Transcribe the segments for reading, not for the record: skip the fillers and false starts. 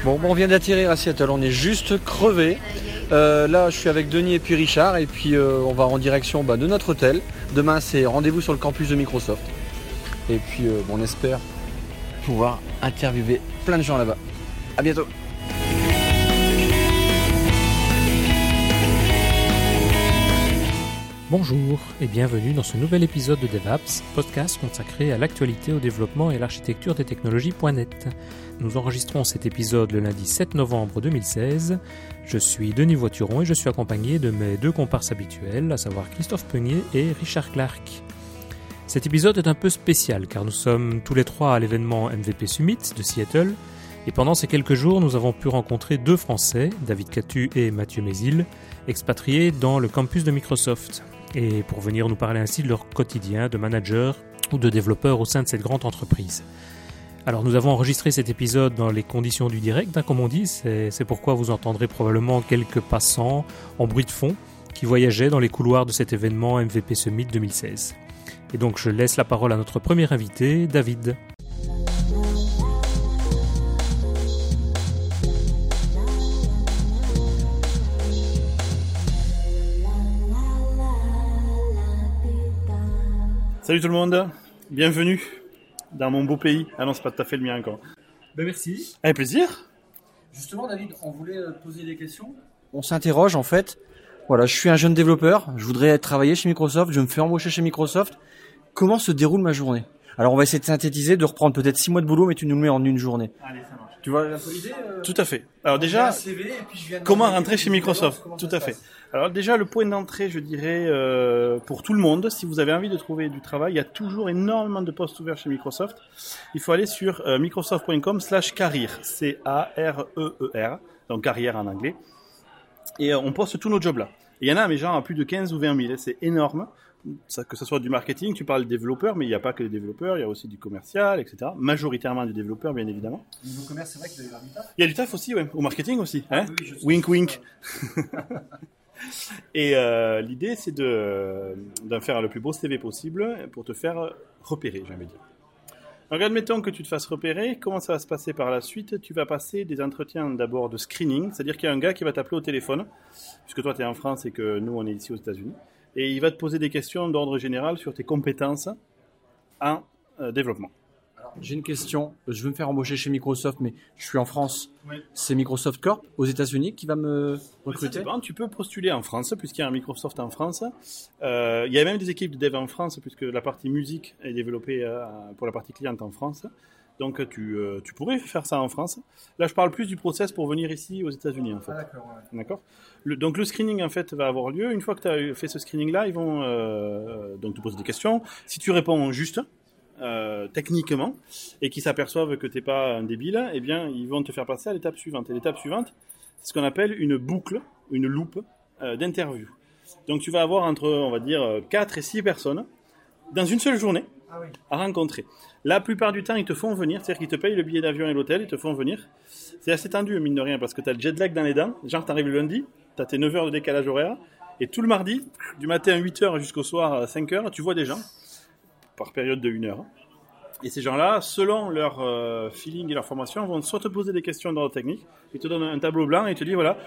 Bon, on vient d'atterrir à Seattle, on est juste crevé. Là, je suis avec Denis et puis Richard, et puis on va en direction de notre hôtel. Demain, c'est rendez-vous sur le campus de Microsoft. Et puis, on espère pouvoir interviewer plein de gens là-bas. À bientôt. Bonjour et bienvenue dans ce nouvel épisode de DevApps, podcast consacré à l'actualité, au développement et à l'architecture des technologies.net. Nous enregistrons cet épisode le lundi 7 novembre 2016. Je suis Denis Voituron et je suis accompagné de mes deux comparses habituels, à savoir Christophe Peunier et Richard Clark. Cet épisode est un peu spécial car nous sommes tous les trois à l'événement MVP Summit de Seattle et pendant ces quelques jours nous avons pu rencontrer deux Français, David Catu et Mathieu Mézil, expatriés dans le campus de Microsoft. Et pour venir nous parler ainsi de leur quotidien de manager ou de développeur au sein de cette grande entreprise. Alors nous avons enregistré cet épisode dans les conditions du direct, comme on dit, c'est pourquoi vous entendrez probablement quelques passants en bruit de fond qui voyageaient dans les couloirs de cet événement MVP Summit 2016. Et donc je laisse la parole à notre premier invité, David. Salut tout le monde, bienvenue dans mon beau pays. Ah non, c'est pas tout à fait le mien encore. Merci. Avec plaisir. Justement, David, on voulait poser des questions. On s'interroge en fait. Voilà, je suis un jeune développeur, je voudrais travailler chez Microsoft, je me fais embaucher chez Microsoft. Comment se déroule ma journée ? Alors on va essayer de synthétiser, de reprendre peut-être 6 mois de boulot, mais tu nous le mets en une journée. Allez, ça marche. Tu vois un peu l'idée Tout à fait. Alors déjà, comment rentrer chez Microsoft ? Tout à fait. Alors déjà, le point d'entrée, je dirais, pour tout le monde, si vous avez envie de trouver du travail, il y a toujours énormément de postes ouverts chez Microsoft. Il faut aller sur microsoft.com/career, C-A-R-E-E-R, donc carrière en anglais. Et on poste tous nos jobs là. Il y en a, mais genre à plus de 15 ou 20 000, c'est énorme. Ça, que ce soit du marketing, tu parles des développeurs, mais il n'y a pas que les développeurs, il y a aussi du commercial, etc. Majoritairement des développeurs, bien évidemment. Niveau commerce, c'est vrai qu'il y a du taf. Il y a du taf aussi, ouais. Au marketing aussi. Hein, oui, wink, wink. Et l'idée, c'est d'en faire le plus beau CV possible pour te faire repérer, j'ai envie de dire. Donc, admettons que tu te fasses repérer. Comment ça va se passer par la suite ? Tu vas passer des entretiens d'abord de screening, c'est-à-dire qu'il y a un gars qui va t'appeler au téléphone, puisque toi, tu es en France et que nous, on est ici aux États-Unis. Et il va te poser des questions d'ordre général sur tes compétences en développement. Alors, j'ai une question. Je veux me faire embaucher chez Microsoft, mais je suis en France. Oui. C'est Microsoft Corp aux États-Unis qui va me recruter ? Ça dépend. Tu peux postuler en France, puisqu'il y a un Microsoft en France. Il y a même des équipes de dev en France, puisque la partie musique est développée pour la partie cliente en France. Donc tu pourrais faire ça en France. Là, je parle plus du process pour venir ici aux États-Unis, en fait. Ah, d'accord. Ouais. D'accord. Donc le screening en fait va avoir lieu. Une fois que tu as fait ce screening-là, ils vont donc te poser des questions. Si tu réponds juste techniquement et qu'ils s'aperçoivent que t'es pas un débile, eh bien ils vont te faire passer à l'étape suivante. Et l'étape suivante, c'est ce qu'on appelle une boucle, une loupe d'interview. Donc tu vas avoir entre, on va dire, 4 et 6 personnes dans une seule journée à rencontrer. La plupart du temps, ils te font venir, c'est-à-dire qu'ils te payent le billet d'avion et l'hôtel, ils te font venir. C'est assez tendu, mine de rien, parce que tu as le jet lag dans les dents. Genre, tu arrives le lundi, tu as tes 9 heures de décalage horaire, et tout le mardi, du matin à 8 heures jusqu'au soir à 5 heures, tu vois des gens, par période de 1 heure. Et ces gens-là, selon leur feeling et leur formation, vont soit te poser des questions d'ordre technique, ils te donnent un tableau blanc et ils te disent, voilà,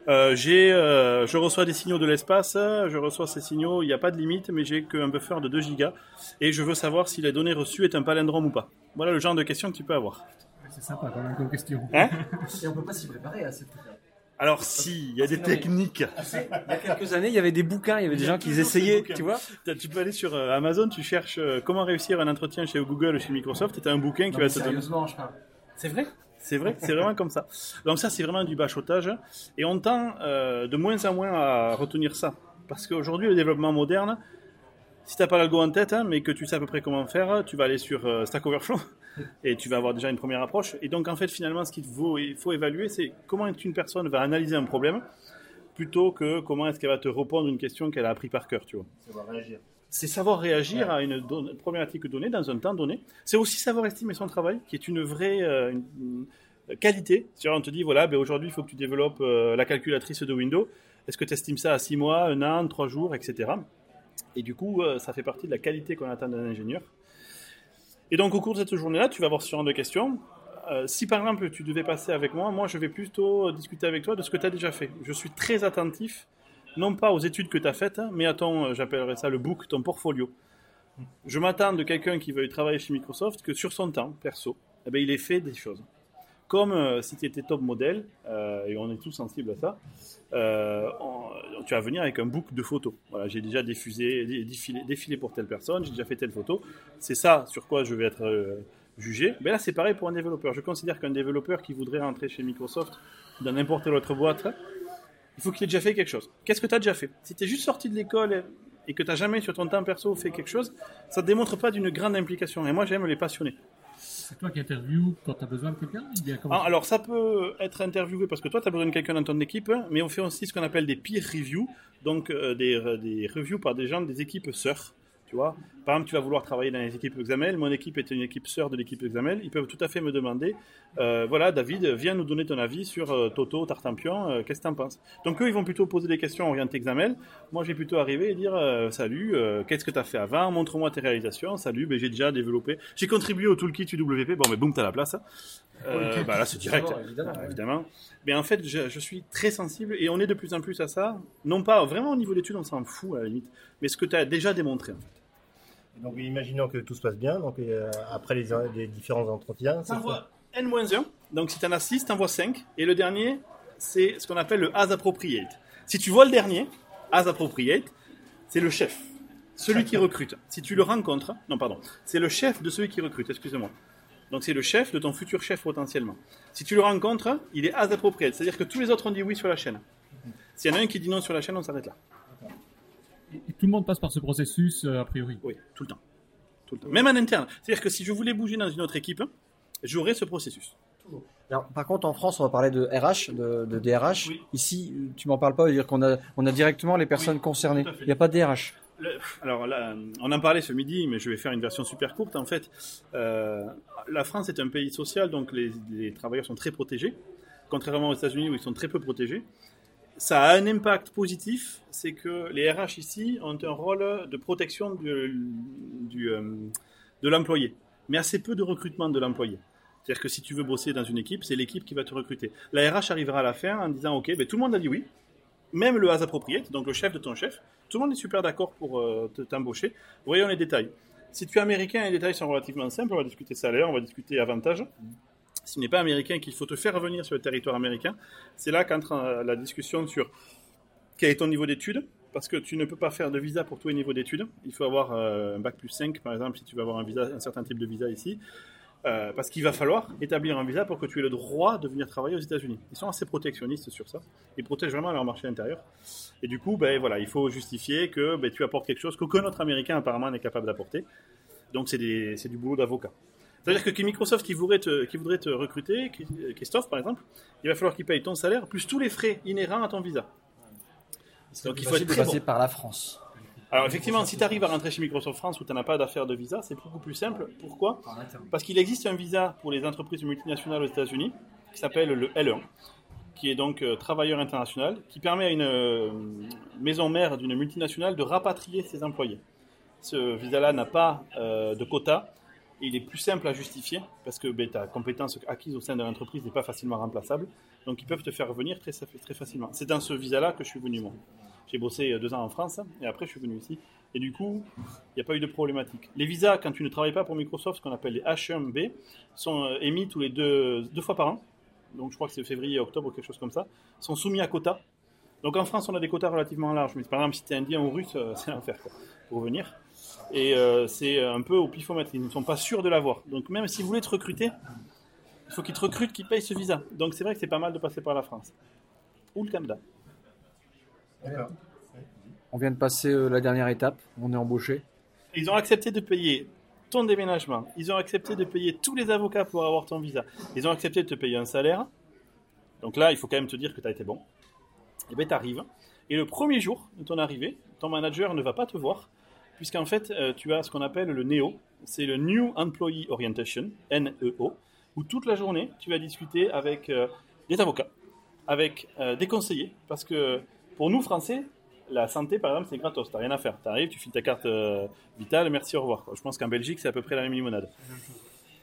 je reçois des signaux de l'espace, je reçois ces signaux, il n'y a pas de limite, mais j'ai qu'un buffer de 2 gigas, et je veux savoir si la donnée reçue est un palindrome ou pas. Voilà le genre de questions que tu peux avoir. C'est sympa quand même comme question. Hein ? Et on peut pas s'y préparer à cette truc-là. Alors si, il y a des techniques. Il y a quelques années, il y avait des bouquins, il y avait des gens qui essayaient, tu vois. Tu peux aller sur Amazon, tu cherches comment réussir un entretien chez Google, chez Microsoft, et tu as un bouquin qui va te donner. Sérieusement, je parle. C'est vrai, c'est vraiment comme ça. Donc ça, c'est vraiment du bachotage. Et on tend de moins en moins à retenir ça. Parce qu'aujourd'hui, le développement moderne, si tu n'as pas l'algo en tête, mais que tu sais à peu près comment faire, tu vas aller sur Stack Overflow et tu vas avoir déjà une première approche. Et donc, en fait, finalement, ce qu'il faut évaluer, c'est comment une personne va analyser un problème plutôt que comment est-ce qu'elle va te répondre une question qu'elle a appris par cœur, tu vois. Savoir réagir. C'est savoir réagir à une problématique donnée dans un temps donné. C'est aussi savoir estimer son travail, qui est une vraie une qualité. C'est-à-dire, on te dit, voilà, aujourd'hui, il faut que tu développes la calculatrice de Windows. Est-ce que tu estimes ça à 6 mois, 1 an, 3 jours, etc. Et du coup, ça fait partie de la qualité qu'on attend d'un ingénieur. Et donc, au cours de cette journée-là, tu vas avoir ce genre de questions. si par exemple tu devais passer avec moi je vais plutôt discuter avec toi de ce que tu as déjà fait. Je suis très attentif, non pas aux études que tu as faites, mais à ton, j'appellerais ça le book, ton portfolio. Je m'attends de quelqu'un qui veuille travailler chez Microsoft que sur son temps perso, eh bien, il ait fait des choses. Comme si tu étais top modèle, et on est tous sensibles à ça, tu vas venir avec un book de photos. Voilà, j'ai déjà défilé pour telle personne, j'ai déjà fait telle photo. C'est ça sur quoi je vais être jugé. Mais là, c'est pareil pour un développeur. Je considère qu'un développeur qui voudrait rentrer chez Microsoft, dans n'importe quelle autre boîte, il faut qu'il ait déjà fait quelque chose. Qu'est-ce que tu as déjà fait? Si tu es juste sorti de l'école et que tu n'as jamais sur ton temps perso fait quelque chose, ça ne démontre pas d'une grande implication. Et moi, j'aime les passionnés. C'est toi qui interviews quand tu as besoin de quelqu'un? Alors, ça peut être interviewé parce que toi, tu as besoin de quelqu'un dans ton équipe, mais on fait aussi ce qu'on appelle des peer reviews, donc des reviews par des gens des équipes sœurs. Tu vois, par exemple, tu vas vouloir travailler dans les équipes XAML. Mon équipe est une équipe sœur de l'équipe XAML. Ils peuvent tout à fait me demander, voilà, David, viens nous donner ton avis sur Toto, Tartampion, qu'est-ce que tu en penses? Donc eux, ils vont plutôt poser des questions orientées XAML. Moi, je vais plutôt arriver et dire, salut, qu'est-ce que tu as fait avant? Montre-moi tes réalisations. Salut, j'ai déjà développé. J'ai contribué au toolkit UWP. Bon, mais boum, t'as la place. Là, c'est direct, évidemment. Mais en fait, je suis très sensible et on est de plus en plus à ça. Non pas vraiment au niveau d'études, on s'en fout à la limite, mais ce que tu as déjà démontré, en fait. Donc, imaginons que tout se passe bien, donc après les différents entretiens... T'envoies N-1, donc si tu en as 6, t'envoies 5, et le dernier, c'est ce qu'on appelle le as appropriate. Si tu vois le dernier, as appropriate, c'est le chef, celui qui recrute. Si tu le rencontres, c'est le chef de celui qui recrute, excusez-moi. Donc c'est le chef de ton futur chef potentiellement. Si tu le rencontres, il est as appropriate, c'est-à-dire que tous les autres ont dit oui sur la chaîne. S'il y en a un qui dit non sur la chaîne, on s'arrête là. Et tout le monde passe par ce processus, a priori. Oui, tout le temps. Même en interne. C'est-à-dire que si je voulais bouger dans une autre équipe, j'aurais ce processus. Toujours. Alors, par contre, en France, on va parler de RH, de DRH. Oui. Ici, tu m'en parles pas, dire qu'on a directement les personnes concernées. Il n'y a pas de DRH. Alors là, on en parlait ce midi, mais je vais faire une version super courte. En fait, la France est un pays social, donc les travailleurs sont très protégés, contrairement aux États-Unis où ils sont très peu protégés. Ça a un impact positif, c'est que les RH ici ont un rôle de protection de l'employé, mais assez peu de recrutement de l'employé. C'est-à-dire que si tu veux bosser dans une équipe, c'est l'équipe qui va te recruter. La RH arrivera à la fin en disant « Ok, tout le monde a dit oui », même le as appropriate, donc le chef de ton chef, tout le monde est super d'accord pour t'embaucher. Voyons les détails. Si tu es américain, les détails sont relativement simples, on va discuter salaire, on va discuter avantages. Si tu n'es pas américain, qu'il faut te faire revenir sur le territoire américain, c'est là qu'entre la discussion sur quel est ton niveau d'études, parce que tu ne peux pas faire de visa pour tous les niveaux d'études. Il faut avoir un bac plus 5, par exemple, si tu veux avoir un certain type de visa ici, parce qu'il va falloir établir un visa pour que tu aies le droit de venir travailler aux États-Unis. Ils sont assez protectionnistes sur ça. Ils protègent vraiment leur marché intérieur. Et du coup, il faut justifier que tu apportes quelque chose qu'aucun autre Américain apparemment n'est capable d'apporter. Donc c'est du boulot d'avocat. C'est-à-dire que Microsoft qui voudrait te recruter, Christophe par exemple, il va falloir qu'il paye ton salaire plus tous les frais inhérents à ton visa. Donc il faut être passé par la France. Alors effectivement, si tu arrives à rentrer chez Microsoft France où tu n'as pas d'affaires de visa, c'est beaucoup plus simple. Pourquoi? Parce qu'il existe un visa pour les entreprises multinationales aux États-Unis qui s'appelle le L1, qui est donc travailleur international, qui permet à une maison mère d'une multinationale de rapatrier ses employés. Ce visa-là n'a pas de quota. Et il est plus simple à justifier parce que ta compétence acquise au sein de l'entreprise n'est pas facilement remplaçable. Donc ils peuvent te faire revenir très, très facilement. C'est dans ce visa-là que je suis venu moi. J'ai bossé 2 ans en France et après je suis venu ici. Et du coup, il n'y a pas eu de problématique. Les visas, quand tu ne travailles pas pour Microsoft, ce qu'on appelle les H1B, sont émis tous les deux fois par an. Donc je crois que c'est février, octobre ou quelque chose comme ça. Sont soumis à quotas. Donc en France, on a des quotas relativement larges. Mais par exemple, si tu es indien ou russe, c'est l'enfer pour venir. Et c'est un peu au pifomètre. Ils ne sont pas sûrs de l'avoir. Donc même s'ils voulaient te recruter, il faut qu'ils te recrutent, qu'ils payent ce visa. Donc c'est vrai que c'est pas mal de passer par la France. Ou le Canada. D'accord. On vient de passer la dernière étape. On est embauché. Ils ont accepté de payer ton déménagement. Ils ont accepté de payer tous les avocats pour avoir ton visa. Ils ont accepté de te payer un salaire. Donc là, il faut quand même te dire que tu as été bon. Et bien tu arrives. Et le premier jour de ton arrivée, ton manager ne va pas te voir. Puisqu'en fait, tu as ce qu'on appelle le NEO, c'est le New Employee Orientation, NEO, où toute la journée, tu vas discuter avec des avocats, avec des conseillers, parce que pour nous, Français, la santé, par exemple, c'est gratos, tu n'as rien à faire. Tu arrives, tu files ta carte vitale, merci, au revoir. Je pense qu'en Belgique, c'est à peu près la même limonade.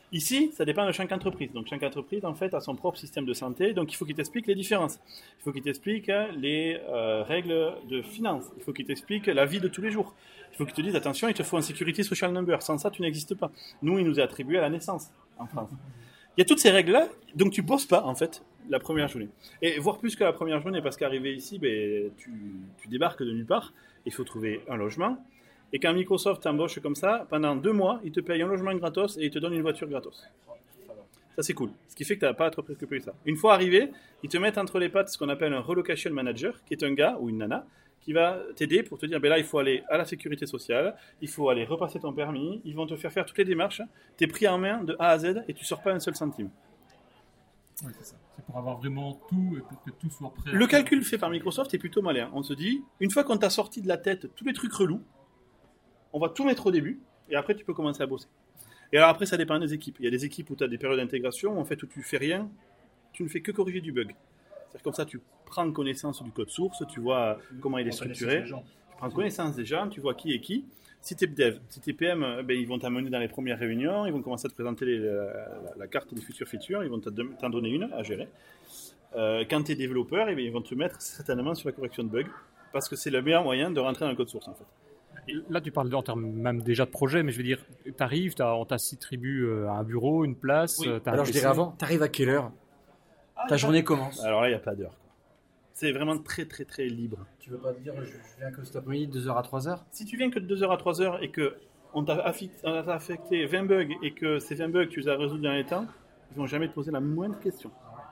Ici, ça dépend de chaque entreprise. Donc, chaque entreprise, en fait, a son propre système de santé. Donc, il faut qu'il t'explique les différences. Il faut qu'il t'explique les règles de finance. Il faut qu'il t'explique la vie de tous les jours. Il faut qu'il te dise, attention, il te faut un Security Social Number. Sans ça, tu n'existes pas. Nous, il nous est attribué à la naissance, en France. Il y a toutes ces règles-là, donc tu bosses pas, en fait, la première journée. Et voire plus que la première journée, parce qu'arrivé ici, tu débarques de nulle part. Il faut trouver un logement. Et quand Microsoft t'embauche comme ça, pendant 2 mois, ils te payent un logement gratos et ils te donnent une voiture gratos. Ça, c'est cool. Ce qui fait que tu n'as pas à te préoccuper de ça. Une fois arrivé, ils te mettent entre les pattes ce qu'on appelle un relocation manager, qui est un gars ou une nana qui va t'aider pour te dire, là, il faut aller à la sécurité sociale, il faut aller repasser ton permis, ils vont te faire toutes les démarches, tu es pris en main de A à Z et tu ne sors pas un seul centime. Oui, c'est ça. C'est pour avoir vraiment tout et pour que tout soit prêt. Le calcul fait par Microsoft est plutôt malin. On se dit, une fois qu'on t'a sorti de la tête tous les trucs relous, on va tout mettre au début, et après tu peux commencer à bosser. Et alors après, ça dépend des équipes. Il y a des équipes où tu as des périodes d'intégration, en fait, où tu fais rien, tu ne fais que corriger du bug. C'est-à-dire comme ça, tu prends connaissance du code source, tu vois comment il est structuré, tu prends connaissance des gens, tu vois qui est qui. Si tu es dev, si tu es PM, ils vont t'amener dans les premières réunions, ils vont commencer à te présenter la carte des futures features, ils vont t'en donner une à gérer. Quand tu es développeur, ils vont te mettre certainement sur la correction de bugs, parce que c'est le meilleur moyen de rentrer dans le code source, en fait. Là, tu parles en termes même déjà de projet, mais je veux dire, tu arrives, on t'attribue un bureau, une place. Oui. Alors je dirais avant, t'arrives à quelle heure? Ta journée commence. Alors là, il n'y a pas d'heure. C'est vraiment très très très libre. Tu veux pas te dire, je viens que cet après-midi de 2h à 3h? Si tu viens que de 2h à 3h et qu'on t'a affecté 20 bugs et que ces 20 bugs, tu les as résolus dans les temps, ils ne vont jamais te poser la moindre question.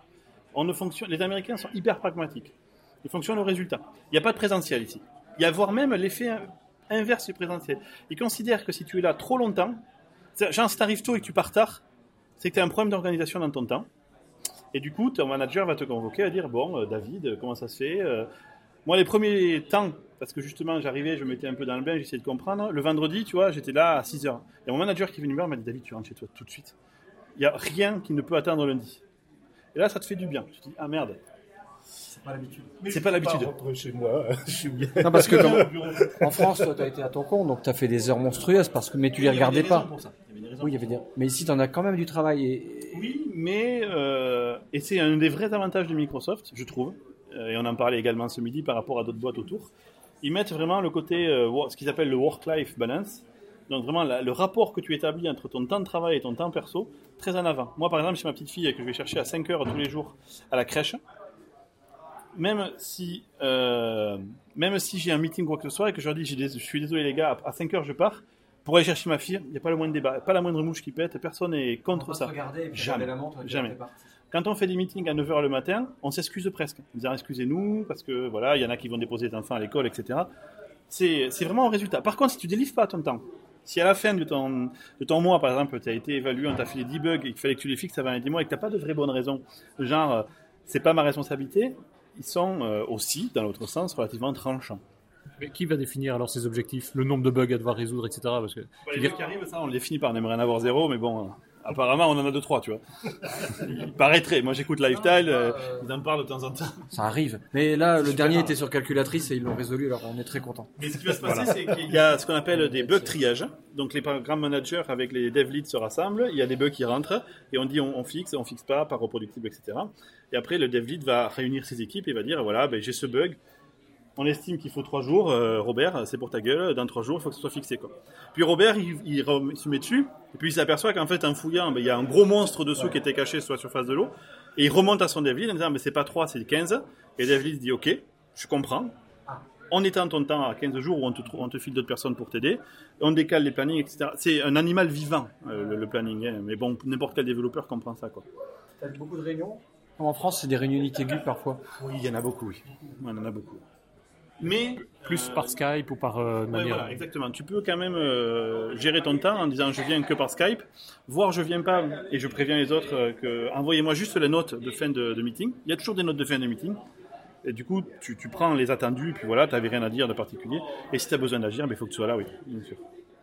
Les Américains sont hyper pragmatiques. Ils fonctionnent au résultat. Il n'y a pas de présentiel ici. Il y a voire même l'effet inverse du présentiel. Ils considèrent que si tu es là trop longtemps, genre si tu arrives tôt et que tu pars tard, c'est que tu as un problème d'organisation dans ton temps. Et du coup, ton manager va te convoquer à dire, bon, David, comment ça se fait? Moi, les premiers temps, parce que justement, j'arrivais, je me mettais un peu dans le bain, j'essayais de comprendre. Le vendredi, tu vois, j'étais là à 6h. Et mon manager qui est venu me voir m'a dit, David, tu rentres chez toi tout de suite. Il n'y a rien qui ne peut attendre lundi. Et là, ça te fait du bien. Tu te dis, ah merde. C'est pas l'habitude. C'est pas l'habitude. Je rentre chez moi, je suis bien. Non, parce que en France, toi, t'as été à ton compte, donc t'as fait des heures monstrueuses, mais tu les regardais pas. Oui, il y avait des... Mais ici, t'en as quand même du travail. Oui, mais et c'est un des vrais avantages de Microsoft, je trouve. Et on en parlait également ce midi par rapport à d'autres boîtes autour. Ils mettent vraiment le côté, ce qu'ils appellent le work-life balance. Donc vraiment, le rapport que tu établis entre ton temps de travail et ton temps perso, très en avant. Moi, par exemple, chez ma petite fille, que je vais chercher à 5h tous les jours à la crèche, même si j'ai un meeting ou quoi que ce soit et que je leur dis, je suis désolé les gars, à 5h je pars, pour aller chercher ma fille, il n'y a pas le moindre débat, pas la moindre mouche qui pète, personne n'est contre ça. Jamais. Jamais. Quand on fait des meetings à 9h le matin, on s'excuse presque. En disant excusez-nous, parce que voilà, il y en a qui vont déposer les enfants à l'école, etc. C'est vraiment un résultat. Par contre, si tu ne délivres pas ton temps, si à la fin de ton mois, par exemple, tu as été évalué, on t'a fait 10 bugs et qu'il fallait que tu les fixes avant les 10 mois et que tu n'as pas de vraie bonne raison, genre, c'est pas ma responsabilité, ils sont aussi, dans l'autre sens, relativement tranchants. Mais qui va définir alors ces objectifs? Le nombre de bugs à devoir résoudre, etc. Parce que, les bugs qui arrivent, ça, on les finit par, on aimerait en avoir 0, mais bon, apparemment, on en a 2-3, tu vois. Il paraîtrait. Moi, j'écoute Lifestyle, ils en parlent de temps en temps. Ça arrive. Mais là, le dernier était sur calculatrice et ils l'ont résolu, alors on est très contents. Mais ce qui va se passer, c'est qu'il y a ce qu'on appelle des bugs triage. Donc, les programmes managers avec les dev leads se rassemblent, il y a des bugs qui rentrent, et on dit on fixe pas, pas reproductible, etc. Et après, le dev lead va réunir ses équipes et va dire, voilà, j'ai ce bug. On estime qu'il faut 3 jours, Robert, c'est pour ta gueule, dans 3 jours, il faut que ce soit fixé, quoi. Puis Robert, il se met dessus, et puis il s'aperçoit qu'en fait, en fouillant, il y a un gros monstre dessous qui était caché sur la surface de l'eau, et il remonte à son dev lead en disant, c'est pas 3, c'est 15, et le dev lead dit, ok, je comprends, on étend ton temps à 15 jours où on te file d'autres personnes pour t'aider, on décale les plannings, etc. C'est un animal vivant, le planning, hein. Mais bon, n'importe quel développeur comprend ça, quoi. T'as beaucoup de réunions? En France, c'est des réunions aiguës parfois. Oui, il y en a beaucoup, oui. Il y en a beaucoup. Mais plus par Skype ou par manière. Voilà, exactement. Tu peux quand même gérer ton temps en disant je viens que par Skype, voire je viens pas et je préviens les autres que envoyez-moi juste les notes de fin de meeting. Il y a toujours des notes de fin de meeting. Et du coup, tu prends les attendus et puis voilà, tu n'avais rien à dire de particulier. Et si tu as besoin d'agir, il faut que tu sois là, oui, bien sûr.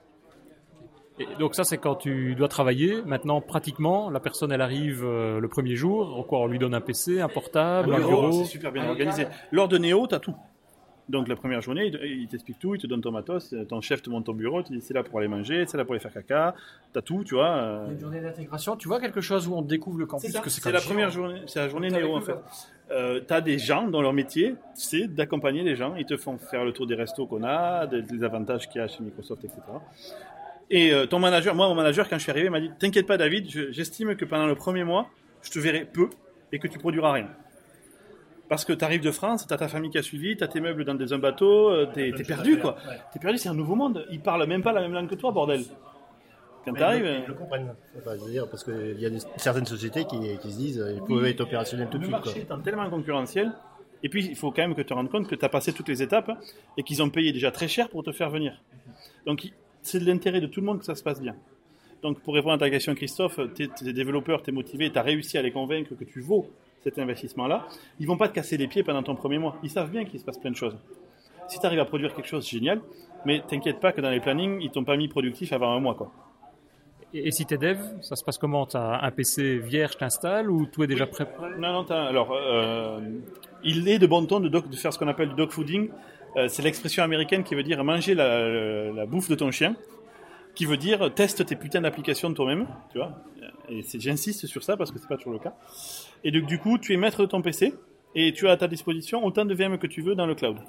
Et donc ça, c'est quand tu dois travailler. Maintenant, pratiquement, la personne, elle arrive le premier jour. On lui donne un PC, un portable, un bureau. C'est super bien organisé. Lors de Néo, tu as tout. Donc la première journée, il t'explique tout, il te donne ton matos, ton chef te monte ton bureau, tu dis c'est là pour aller manger, c'est là pour aller faire caca, t'as tout, tu vois. Il y a une journée d'intégration, tu vois quelque chose où on découvre le campus, parce que C'est la première journée, c'est la journée Néo en fait. T'as des gens dont leur métier, c'est d'accompagner les gens, ils te font faire le tour des restos qu'on a, des avantages qu'il y a chez Microsoft, etc. Et ton manager, mon manager quand je suis arrivé m'a dit t'inquiète pas David, j'estime que pendant le premier mois, je te verrai peu et que tu produiras rien. Parce que tu arrives de France, tu as ta famille qui a suivi, tu as tes meubles dans un bateau, t'es perdu quoi. Ouais. T'es perdu, c'est un nouveau monde. Ils parlent même pas la même langue que toi, bordel. Quand tu arrives. Ils le comprennent. Enfin, je veux dire, parce qu'il y a certaines sociétés qui se disent ils peuvent être opérationnels tout de Le suite. marché Quoi. étant tellement concurrentiel, et puis il faut quand même que tu te rendes compte que tu as passé toutes les étapes et qu'ils ont payé déjà très cher pour te faire venir. Donc c'est de l'intérêt de tout le monde que ça se passe bien. Donc pour répondre à ta question Christophe, tes développeurs, t'es motivé, tu as réussi à les convaincre que tu vaux cet investissement-là, ils vont pas te casser les pieds pendant ton premier mois. Ils savent bien qu'il se passe plein de choses. Si tu arrives à produire quelque chose, génial, mais t'inquiète pas que dans les plannings, ils t'ont pas mis productif avant un mois, quoi. Et si t'es dev, ça se passe comment? T'as un PC vierge, t'installes ou tout est déjà prêt? Non, alors, il est de bon ton de faire ce qu'on appelle du dog fooding. C'est l'expression américaine qui veut dire manger la bouffe de ton chien, qui veut dire teste tes putains d'applications toi-même, tu vois. Et j'insiste sur ça parce que c'est pas toujours le cas. Et donc, du coup, tu es maître de ton PC et tu as à ta disposition autant de VM que tu veux dans le cloud.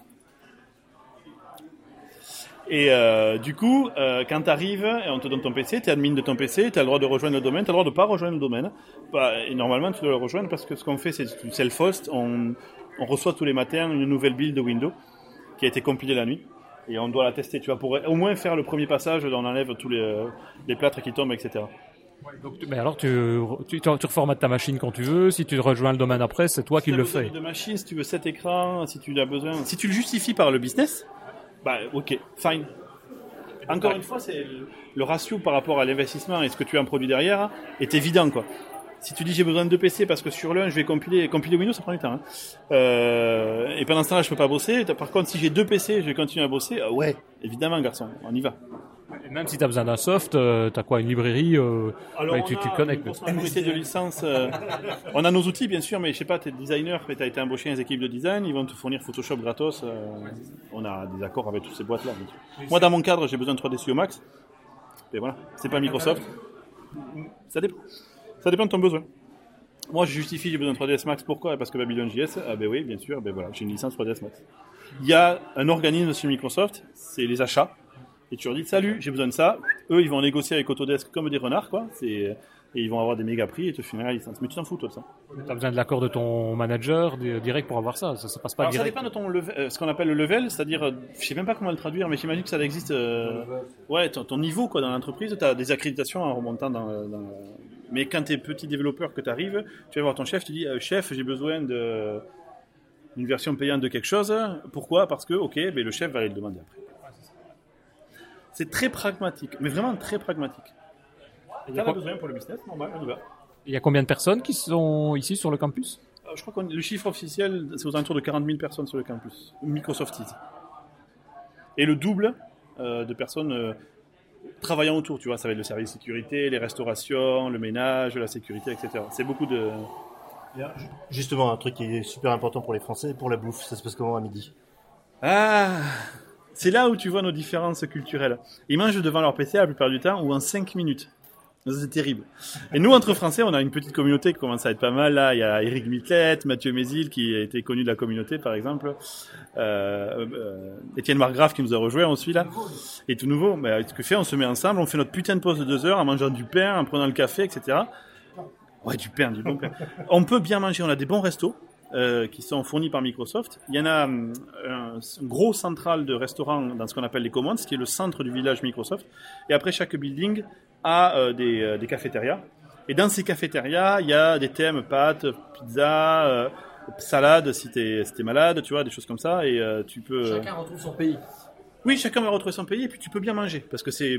Et du coup, quand tu arrives et on te donne ton PC, tu es admin de ton PC, tu as le droit de rejoindre le domaine, tu as le droit de ne pas rejoindre le domaine. Et normalement, tu dois le rejoindre parce que ce qu'on fait, c'est du self-host. On reçoit tous les matins une nouvelle build de Windows qui a été compilée la nuit. Et on doit la tester, tu vois, pour au moins faire le premier passage, on enlève tous les plâtres qui tombent, etc. Donc, mais alors tu reformates ta machine quand tu veux, si tu rejoins le domaine après, c'est toi qui le fais. De machine, si tu veux 7 écrans, si tu as besoin, si tu le justifies par le business, bah ok, fine. Encore une fois, c'est le ratio par rapport à l'investissement et ce que tu as en produit derrière est évident, quoi. Si tu dis j'ai besoin de 2 PC parce que sur l'un je vais compiler Windows, ça prend du temps. Hein. Et pendant ce temps-là je peux pas bosser. Par contre si j'ai 2 PC, je vais continuer à bosser. Ouais, évidemment garçon, on y va. Et même si tu as besoin d'un soft, tu as quoi, une librairie Alors tu on connectes. a une majorité de licence. On a nos outils bien sûr, mais je sais pas, tu es designer, tu as été embauché dans les équipes de design, ils vont te fournir Photoshop gratos. On a des accords avec toutes ces boîtes-là. Moi dans mon cadre j'ai besoin de 3D Studio Max. Et voilà, c'est pas Microsoft. Ça dépend. Ça dépend de ton besoin. Moi, je justifie, j'ai besoin de 3ds Max. Pourquoi? Parce que Babylon JS, ah ben oui, bien sûr, ben voilà, j'ai une licence 3ds Max. Il y a un organisme chez Microsoft, c'est les achats. Et tu leur dis, salut, j'ai besoin de ça. Eux, ils vont négocier avec Autodesk comme des renards, quoi. Et ils vont avoir des méga prix et te filer la licence. Mais tu t'en fous, toi, de ça. Tu as besoin de l'accord de ton manager direct pour avoir ça. Ça passe pas Alors, direct. ça dépend de ton level, ce qu'on appelle le level, c'est-à-dire, je sais même pas comment le traduire, mais j'imagine que ça existe. Ouais, ton niveau, quoi, dans l'entreprise, tu as des accréditations en remontant dans Mais quand tu es petit développeur que tu arrives, tu vas voir ton chef, tu dis chef, j'ai besoin d'une version payante de quelque chose. Pourquoi? Parce que, ok, ben, le chef va aller le demander après. C'est très pragmatique, mais vraiment très pragmatique. Tu as besoin pour le business, normal, on y va. Il y a combien de personnes qui sont ici sur le campus? Je crois que le chiffre officiel, c'est aux alentours de 40 000 personnes sur le campus. Microsofties. Et le double de personnes travaillant autour, tu vois, ça va être le service de sécurité, les restaurations, le ménage, la sécurité, etc. C'est beaucoup de... Justement, un truc qui est super important pour les Français, pour la bouffe, ça se passe comment à midi? Ah, c'est là où tu vois nos différences culturelles. Ils mangent devant leur PC la plupart du temps ou en 5 minutes. C'est terrible. Et nous, entre Français, on a une petite communauté qui commence à être pas mal. Là, il y a Eric Mitlet, Mathieu Mézil, qui a été connu de la communauté, par exemple. Étienne Margrave, qui nous a rejoint, on suit là. Et tout nouveau. Mais ce que fait, on se met ensemble, on fait notre putain de pause de 2 heures en mangeant du pain, en prenant le café, etc. Ouais, du bon pain. On peut bien manger, on a des bons restos. Qui sont fournis par Microsoft. Il y en a un gros central de restaurants dans ce qu'on appelle les Commons, qui est le centre du village Microsoft. Et après, chaque building a des cafétérias. Et dans ces cafétérias, il y a des thèmes pâtes, pizza, salade si t'es malade, tu vois, des choses comme ça. Et tu peux. Chacun retrouve son pays. Oui, chacun va retrouver son pays et puis tu peux bien manger parce que c'est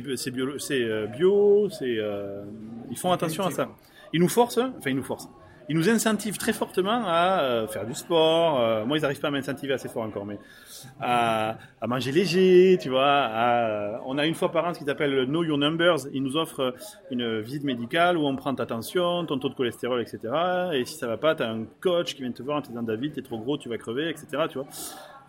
bio, ils font attention à ça. Ils nous incentivent très fortement à faire du sport. Moi, ils n'arrivent pas à m'incentiver assez fort encore, mais à manger léger, tu vois. On a une fois par an ce qui s'appelle Know Your Numbers. Ils nous offrent une visite médicale où on prend ta tension, ton taux de cholestérol, etc. Et si ça va pas, tu as un coach qui vient te voir en te disant David, t'es trop gros, tu vas crever, etc. Tu vois.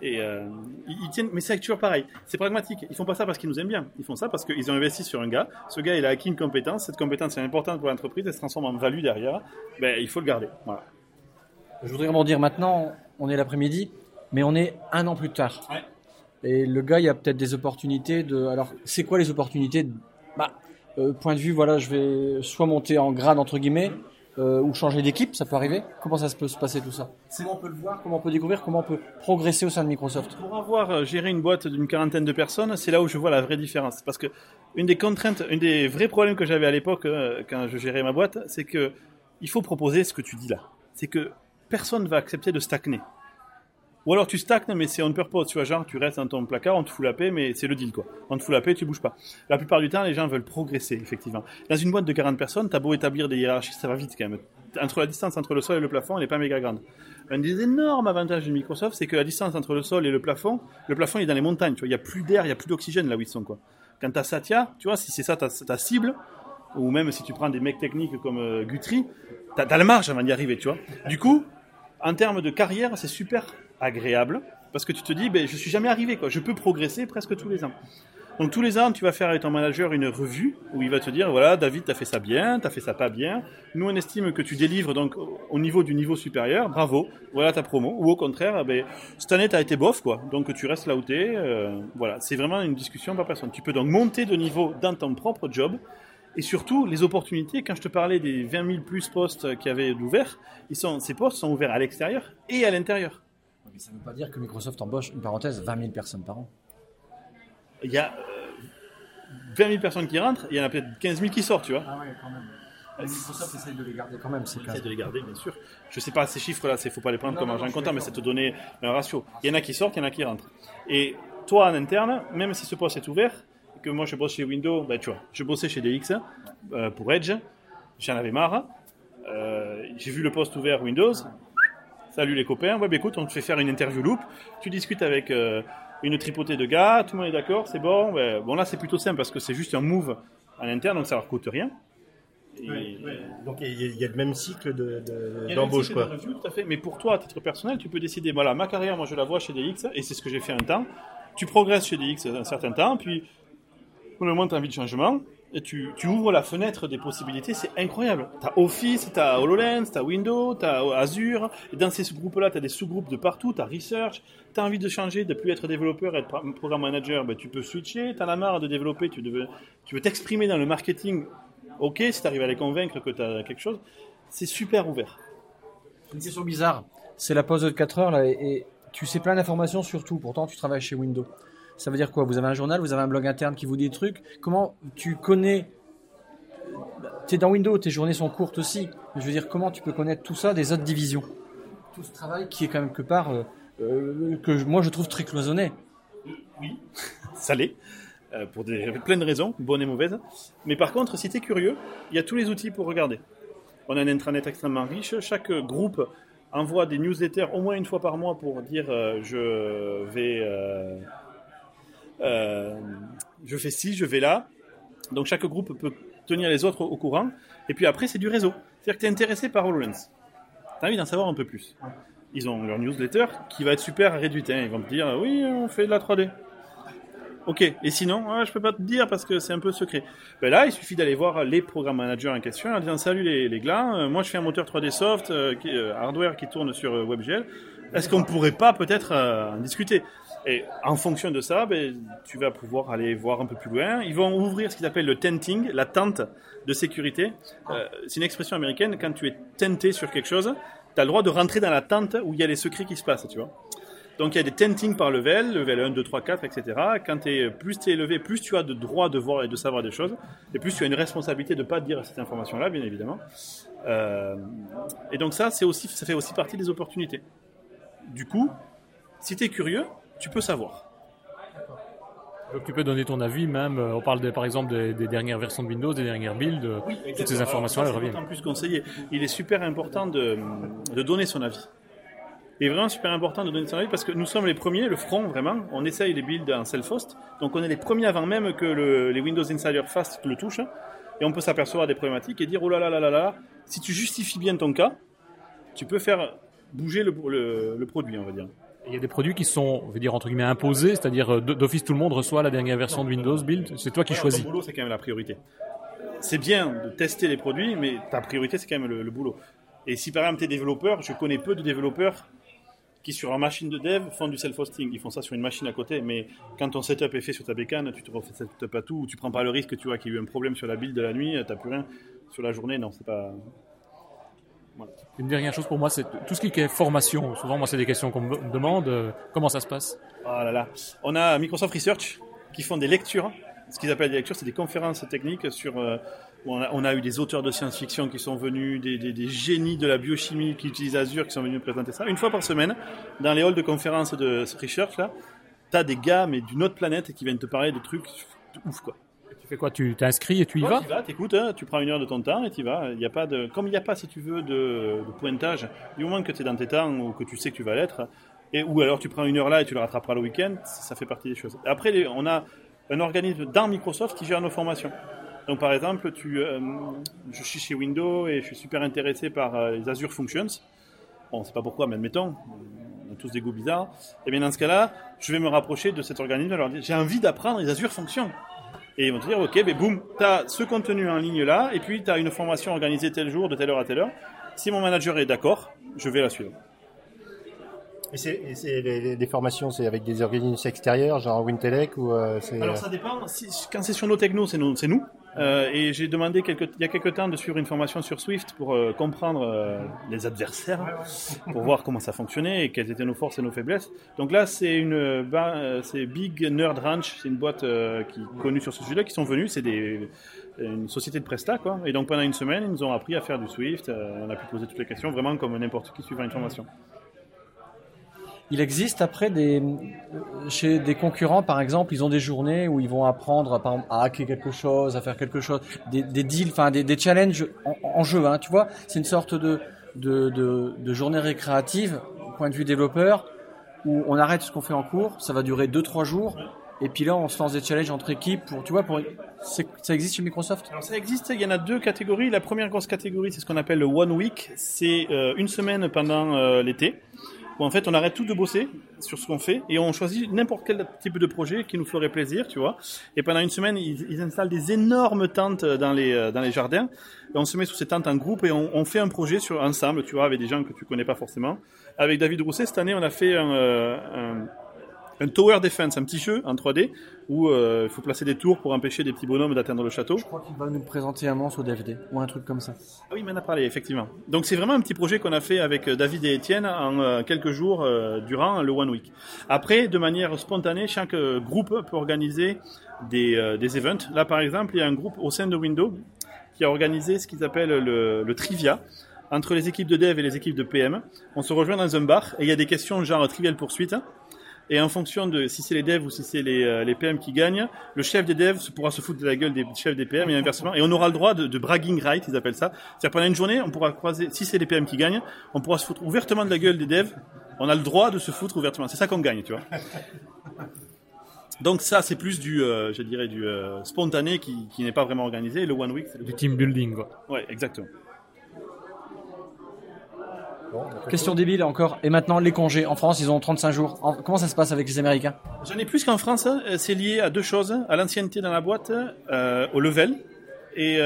Et ils tiennent, mais c'est toujours pareil. C'est pragmatique. Ils font pas ça parce qu'ils nous aiment bien. Ils font ça parce qu'ils ont investi sur un gars. Ce gars, il a acquis une compétence. Cette compétence est importante pour l'entreprise. Elle se transforme en value derrière. Ben, il faut le garder. Voilà. Je voudrais rebondir maintenant. On est l'après-midi, mais on est 1 an plus tard. Ouais. Et le gars, il y a peut-être des opportunités de. Alors, c'est quoi les opportunités? Point de vue, voilà, je vais soit monter en grade entre guillemets, ou changer d'équipe, ça peut arriver. Comment ça peut se passer tout ça? Comment on peut le voir? Comment on peut découvrir? Comment on peut progresser au sein de Microsoft? Pour avoir géré une boîte d'une 40aine de personnes, c'est là où je vois la vraie différence. Parce que une des contraintes, un des vrais problèmes que j'avais à l'époque quand je gérais ma boîte, c'est que il faut proposer ce que tu dis là. C'est que personne ne va accepter de stagner. Ou alors tu stagnes, mais c'est on purpose, tu vois, genre tu restes dans ton placard, on te fout la paix, mais c'est le deal quoi. On te fout la paix, tu bouges pas. La plupart du temps, les gens veulent progresser, effectivement. Dans une boîte de 40 personnes, t'as beau établir des hiérarchies, ça va vite quand même. Entre la distance entre le sol et le plafond, elle n'est pas méga grande. Un des énormes avantages de Microsoft, c'est que la distance entre le sol et le plafond il est dans les montagnes, tu vois, il y a plus d'air, il y a plus d'oxygène là où ils sont quoi. Quand t'as Satya, tu vois, si c'est ça ta cible, ou même si tu prends des mecs techniques comme Guthrie, t'as la marge avant d'y arriver, tu vois. Du coup, en termes de carrière, c'est super agréable. Parce que tu te dis, je suis jamais arrivé, quoi. Je peux progresser presque tous les ans. Donc tous les ans, tu vas faire avec ton manager une revue où il va te dire, voilà, David, t'as fait ça bien, t'as fait ça pas bien. Nous, on estime que tu délivres donc au niveau du niveau supérieur. Bravo, voilà ta promo. Ou au contraire, cette année, t'as été bof, quoi. Donc tu restes là où t'es. Voilà, c'est vraiment une discussion par personne. Tu peux donc monter de niveau dans ton propre job. Et surtout, les opportunités, quand je te parlais des 20 000 plus postes qu'il y avait d'ouverts, ces postes sont ouverts à l'extérieur et à l'intérieur. Mais ça ne veut pas dire que Microsoft embauche, une parenthèse, 20 000 personnes par an. Il y a 20 000 personnes qui rentrent, il y en a peut-être 15 000 qui sortent, tu vois. Ah ouais, quand même. Microsoft essaye de les garder quand même. On essaie de les garder, bien sûr. Je ne sais pas ces chiffres-là, il ne faut pas les prendre comme argent comptant, mais c'est te donner un ratio. Il y en a qui sortent, il y en a qui rentrent. Et toi, en interne, même si ce poste est ouvert, que moi je bosse chez Windows, tu vois, je bossais chez DX pour Edge, j'en avais marre. J'ai vu le poste ouvert Windows. Salut les copains, écoute, on te fait faire une interview loop, tu discutes avec une tripotée de gars, tout le monde est d'accord, c'est bon. Bon là c'est plutôt simple parce que c'est juste un move à l'interne, donc ça leur coûte rien. Et... Donc il y a le même cycle d'embauche quoi. Tout à fait. Mais pour toi, à titre personnel, tu peux décider, voilà, ma carrière, moi je la vois chez DX, et c'est ce que j'ai fait un temps. Tu progresses chez DX un certain temps, puis pour le moment tu as envie de changement. Et tu ouvres la fenêtre des possibilités, c'est incroyable. T'as Office, t'as HoloLens, t'as Windows, t'as Azure. Et dans ces groupes-là, t'as des sous-groupes de partout. T'as Research. T'as envie de changer, de plus être développeur et être programme manager, tu peux switcher. T'en as marre de développer, tu veux t'exprimer dans le marketing. Ok, si t'arrives à les convaincre que t'as quelque chose, c'est super ouvert. Une question bizarre. C'est la pause de 4 heures là, et tu sais plein d'informations sur tout. Pourtant, tu travailles chez Windows. Ça veut dire quoi? Vous avez un journal, vous avez un blog interne qui vous dit des trucs. Comment tu connais? Tu es dans Windows, tes journées sont courtes aussi. Je veux dire, comment tu peux connaître tout ça des autres divisions? Tout ce travail qui est quand même quelque part que moi je trouve très cloisonné. Oui, ça l'est. Pour plein de raisons, bonnes et mauvaises. Mais par contre, si tu es curieux, il y a tous les outils pour regarder. On a un intranet extrêmement riche. Chaque groupe envoie des newsletters au moins une fois par mois pour dire je fais ci, je vais là. Donc chaque groupe peut tenir les autres au courant. Et puis après, c'est du réseau. C'est-à-dire que tu es intéressé par HoloLens. Tu as envie d'en savoir un peu plus. Ils ont leur newsletter qui va être super réduite. Ils vont te dire, oui, on fait de la 3D. Ok, et sinon, je peux pas te dire parce que c'est un peu secret. Là, il suffit d'aller voir les programmes managers en question en disant, salut les gars, moi je fais un moteur 3D soft, hardware qui tourne sur WebGL. Est-ce qu'on ne pourrait pas peut-être en discuter? Et en fonction de ça, tu vas pouvoir aller voir un peu plus loin. Ils vont ouvrir ce qu'ils appellent le tenting, la tente de sécurité. C'est une expression américaine. Quand tu es tenté sur quelque chose, tu as le droit de rentrer dans la tente où il y a les secrets qui se passent, tu vois. Donc il y a des tentings par level 1, 2, 3, 4, etc. Quand plus tu es élevé, plus tu as de droit de voir et de savoir des choses, et plus tu as une responsabilité de ne pas dire cette information-là, bien évidemment. Et donc ça fait aussi partie des opportunités. Du coup, si tu es curieux, tu peux savoir. Donc tu peux donner ton avis, même, on parle par exemple des dernières versions de Windows, des dernières builds, toutes ces informations-là reviennent. C'est en plus conseillé. Il est super important de donner son avis. Il est vraiment super important de donner son avis parce que nous sommes les premiers, le front vraiment, on essaye les builds en self-host, donc on est les premiers avant même que les Windows Insider Fast le touchent, et on peut s'apercevoir des problématiques et dire oh là là là là là, si tu justifies bien ton cas, tu peux faire bouger le produit, on va dire. Il y a des produits qui sont, on va dire, entre guillemets, imposés, c'est-à-dire d'office tout le monde reçoit la dernière version de Windows Build. C'est toi qui choisis. Ton boulot, c'est quand même la priorité. C'est bien de tester les produits, mais ta priorité, c'est quand même le boulot. Et si par exemple tu es développeur, je connais peu de développeurs qui sur une machine de dev font du self-hosting. Ils font ça sur une machine à côté, mais quand ton setup est fait sur ta bécane, tu te refais setup à tout, ou tu prends pas le risque, tu vois, qu'il y a eu un problème sur la build de la nuit, t'as plus rien. Sur la journée, non, c'est pas... Voilà. Une dernière chose pour moi, c'est tout ce qui est formation. Souvent, moi, c'est des questions qu'on me demande. Comment ça se passe? Oh là là. On a Microsoft Research qui font des lectures. Ce qu'ils appellent des lectures, c'est des conférences techniques sur... on a eu des auteurs de science-fiction qui sont venus, des génies de la biochimie qui utilisent Azure qui sont venus présenter ça. Une fois par semaine, dans les halls de conférences de Research, là, t'as des gars, mais d'une autre planète, qui viennent te parler de trucs de ouf, quoi. Tu fais quoi? Tu t'inscris et tu y vas? Tu vas, t'écoutes, hein, tu prends 1 heure de ton temps et tu y vas. Il y a pas de, comme il n'y a pas, si tu veux, de pointage, du moment que tu es dans tes temps ou que tu sais que tu vas l'être, ou alors tu prends 1 heure là et tu le rattraperas le week-end, ça fait partie des choses. Après, on a un organisme dans Microsoft qui gère nos formations. Donc par exemple, je suis chez Windows et je suis super intéressé par les Azure Functions. Bon, on ne sait pas pourquoi, mais admettons, on a tous des goûts bizarres. Et bien dans ce cas-là, je vais me rapprocher de cet organisme et leur dire, j'ai envie d'apprendre les Azure Functions. Et ils vont te dire, ok, ben boum, tu as ce contenu en ligne là, et puis tu as une formation organisée tel jour, de telle heure à telle heure. Si mon manager est d'accord, je vais la suivre. Et les formations, c'est avec des organismes extérieurs, genre Wintelec ou c'est... Alors ça dépend. Quand c'est sur nos technos, c'est nous. Et j'ai demandé il y a quelques temps de suivre une formation sur Swift pour comprendre les adversaires, pour voir comment ça fonctionnait et quelles étaient nos forces et nos faiblesses. Donc là, c'est Big Nerd Ranch, c'est une boîte qui est connue sur ce sujet-là, qui sont venus. C'est une société de Presta, quoi. Et donc pendant une semaine, ils nous ont appris à faire du Swift. On a pu poser toutes les questions, vraiment comme n'importe qui suivant une formation. Il existe après chez des concurrents, par exemple, ils ont des journées où ils vont apprendre par exemple, à hacker quelque chose, à faire quelque chose, des deals, enfin des challenges en jeu, hein, tu vois. C'est une sorte de journée récréative, au point de vue développeur, où on arrête ce qu'on fait en cours, ça va durer 2-3 jours, et puis là on se lance des challenges entre équipes ça existe chez Microsoft? Alors ça existe, il y en a 2 catégories. La première grosse catégorie, c'est ce qu'on appelle le One Week, c'est une semaine pendant l'été. Où en fait on arrête tout de bosser sur ce qu'on fait et on choisit n'importe quel type de projet qui nous ferait plaisir, tu vois. Et pendant une semaine, ils installent des énormes tentes dans les jardins. Et on se met sous ces tentes en groupe et on fait un projet ensemble, tu vois, avec des gens que tu connais pas forcément. Avec David Rousset, cette année, on a fait un Tower Defense, un petit jeu en 3D où il faut placer des tours pour empêcher des petits bonhommes d'atteindre le château. Je crois qu'il va nous présenter un monstre au DVD ou un truc comme ça. Ah oui, il m'en a parlé, effectivement. Donc c'est vraiment un petit projet qu'on a fait avec David et Étienne en quelques jours durant le One Week. Après, de manière spontanée, chaque groupe peut organiser des events. Là, par exemple, il y a un groupe au sein de Windows qui a organisé ce qu'ils appellent le Trivia entre les équipes de dev et les équipes de PM. On se rejoint dans un bar et il y a des questions genre Trivial Poursuite. Et en fonction de si c'est les devs ou si c'est les PM qui gagnent, le chef des devs pourra se foutre de la gueule des chefs des PM et inversement. Et on aura le droit de bragging right, ils appellent ça. C'est-à-dire pendant une journée, on pourra croiser, si c'est les PM qui gagnent, on pourra se foutre ouvertement de la gueule des devs. On a le droit de se foutre ouvertement. C'est ça qu'on gagne, tu vois. Donc ça, c'est plus du spontané qui n'est pas vraiment organisé. Et le One Week, c'est du team building, quoi. Ouais, exactement. Question débile encore. Et maintenant, les congés. En France, ils ont 35 jours. Comment ça se passe avec les Américains? J'en ai plus qu'en France. C'est lié à 2 choses. À l'ancienneté dans la boîte, au level. Et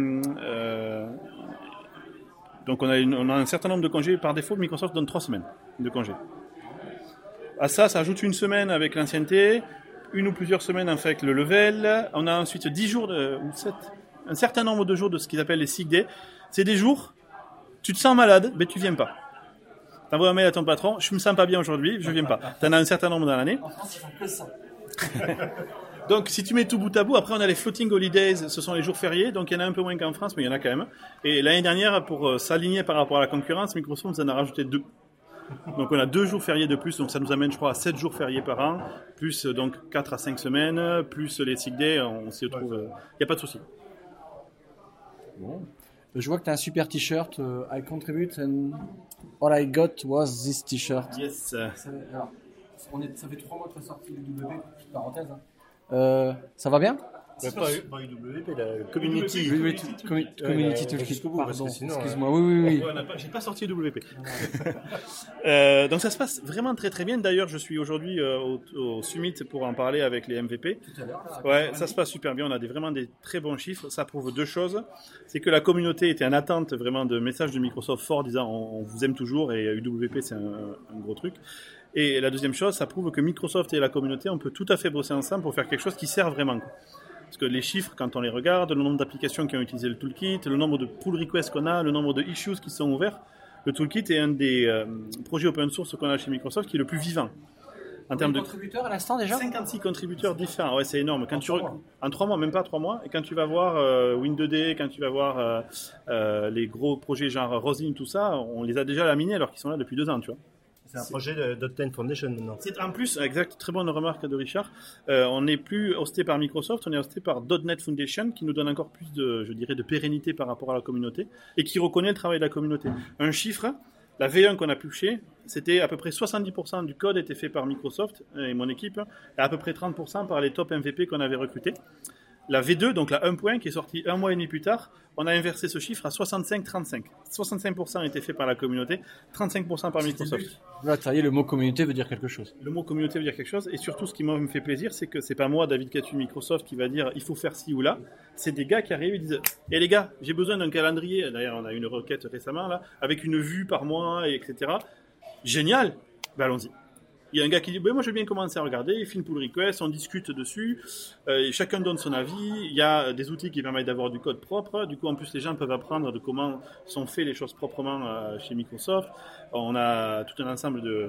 donc on a un certain nombre de congés. Par défaut, Microsoft donne 3 semaines de congés. À ça ajoute 1 semaine avec l'ancienneté, 1 ou plusieurs semaines avec le level. On a ensuite 10 jours ou 7, un certain nombre de jours de ce qu'ils appellent les sick days. C'est des jours, tu te sens malade, mais tu viens pas. T'envoies un mail à ton patron, je me sens pas bien aujourd'hui, je viens pas. T'en as un certain nombre dans l'année. En France, ils font que ça. Donc, si tu mets tout bout à bout, après on a les floating holidays, ce sont les jours fériés, donc il y en a un peu moins qu'en France, mais il y en a quand même. Et l'année dernière, pour s'aligner par rapport à la concurrence, Microsoft nous en a rajouté 2. Donc on a 2 jours fériés de plus, donc ça nous amène, je crois, à 7 jours fériés par an, plus donc 4 à 5 semaines, plus les sick days, on s'y retrouve. Il n'y a pas de souci. Bon. Je vois que tu as un super t-shirt. I contribute and all I got was this t-shirt. Yes. Ça fait 3 mois que tu as sorti le WP, petite parenthèse. Hein. Ça va bien? Pas UWP, la Community. Community Toolkit, jusqu'au bout, parce pardon, que sinon, excuse-moi, oui. Ouais, j'ai pas sorti WP. Donc ça se passe vraiment très très bien. D'ailleurs, je suis aujourd'hui au Summit pour en parler avec les MVP. Ouais, ça se passe super bien. On a vraiment des très bons chiffres. Ça prouve deux choses. C'est que la communauté était en attente vraiment de messages de Microsoft forts disant on vous aime toujours et UWP c'est un gros truc. Et la deuxième chose, ça prouve que Microsoft et la communauté, on peut tout à fait bosser ensemble pour faire quelque chose qui sert vraiment, quoi. Parce que les chiffres, quand on les regarde, le nombre d'applications qui ont utilisé le toolkit, le nombre de pull requests qu'on a, le nombre de issues qui sont ouverts, le toolkit est un des projets open source qu'on a chez Microsoft qui est le plus vivant. En termes de contributeurs à l'instant déjà 56 contributeurs différents, ouais, c'est énorme. Quand en 3 mois, même pas 3 mois, et quand tu vas voir Win2D, quand tu vas voir les gros projets genre Roslyn, tout ça, on les a déjà laminés alors qu'ils sont là depuis 2 ans, tu vois. C'est un projet de .NET Foundation maintenant. C'est en plus, exact, très bonne remarque de Richard. On n'est plus hosté par Microsoft, on est hosté par .NET Foundation qui nous donne encore plus de pérennité par rapport à la communauté et qui reconnaît le travail de la communauté. Un chiffre, la V1 qu'on a touché, c'était à peu près 70% du code était fait par Microsoft et mon équipe, et à peu près 30% par les top MVP qu'on avait recrutés. La V2, donc la 1 qui est sortie 1 mois et demi plus tard, on a inversé ce chiffre à 65-35. 65% était fait par la communauté, 35% par Microsoft. Là, ça y est, le mot communauté veut dire quelque chose. Le mot communauté veut dire quelque chose, et surtout ce qui moi me fait plaisir, c'est que c'est pas moi, David Catu, Microsoft, qui va dire il faut faire ci ou là. C'est des gars qui arrivent et disent eh les gars, j'ai besoin d'un calendrier. D'ailleurs, on a eu une requête récemment là, avec une vue par mois, etc. Génial, ben allons-y. Il y a un gars qui dit moi je veux bien commencer à regarder, il fait une pull request, on discute dessus, chacun donne son avis, il y a des outils qui permettent d'avoir du code propre, du coup en plus les gens peuvent apprendre de comment sont faites les choses proprement chez Microsoft. On a tout un ensemble de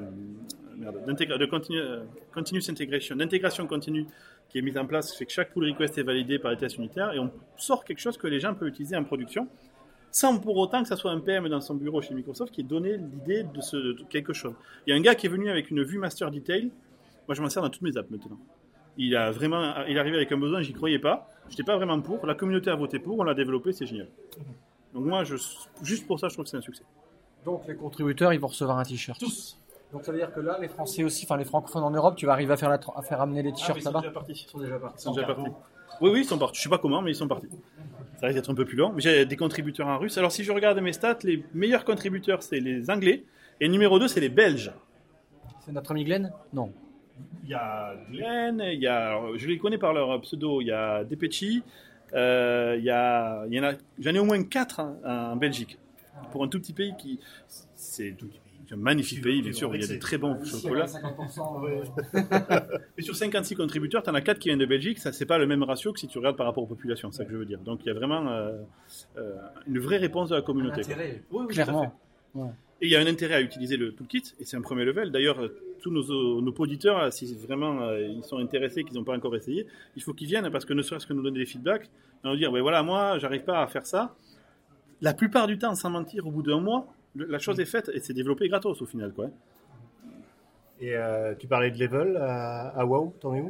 continuous integration, d'intégration continue qui est mise en place, fait que chaque pull request est validé par les tests unitaires et on sort quelque chose que les gens peuvent utiliser en production, sans pour autant que ça soit un PM dans son bureau chez Microsoft qui ait donné l'idée de quelque chose. Il y a un gars qui est venu avec une vue master detail. Moi, je m'en sers dans toutes mes apps maintenant. Il est arrivé avec un besoin, j'y croyais pas. Je n'étais pas vraiment pour. La communauté a voté pour, on l'a développé, c'est génial. Donc moi, juste pour ça, je trouve que c'est un succès. Donc les contributeurs, ils vont recevoir un t-shirt. Tous. Donc ça veut dire que là, les Français aussi, enfin les francophones en Europe, tu vas arriver à faire amener les t-shirts Ils là-bas. sont déjà partis. Oui, ils sont partis. Je sais pas comment, mais ils sont partis. Ça risque d'être un peu plus long. Mais j'ai des contributeurs en russe. Alors, si je regarde mes stats, les meilleurs contributeurs, c'est les Anglais. Et numéro 2, c'est les Belges. C'est notre ami Glenn ? Non. Il y a Glenn, alors, je les connais par leur pseudo. Il y a Depechi. Il y en a, j'en ai au moins 4 en Belgique. Pour un tout petit pays c'est un magnifique pays, bien sûr. Il y a des très bons chocolats. Et sur 56 contributeurs, tu en as 4 qui viennent de Belgique. Ça, c'est pas le même ratio que si tu regardes par rapport aux populations. C'est ça que je veux dire. Donc, il y a vraiment une vraie réponse de la communauté. Oui, clairement. Ouais. Et il y a un intérêt à utiliser le toolkit, et c'est un premier level. D'ailleurs, tous nos auditeurs, si vraiment ils sont intéressés, qu'ils n'ont pas encore essayé, il faut qu'ils viennent, parce que ne serait-ce que nous donner des feedbacks, et nous dire, ben voilà, moi, j'arrive pas à faire ça. La plupart du temps, sans mentir, au bout d'un mois, la chose est faite, et c'est développé gratos au final, quoi. Et tu parlais de level à WoW, t'en es où?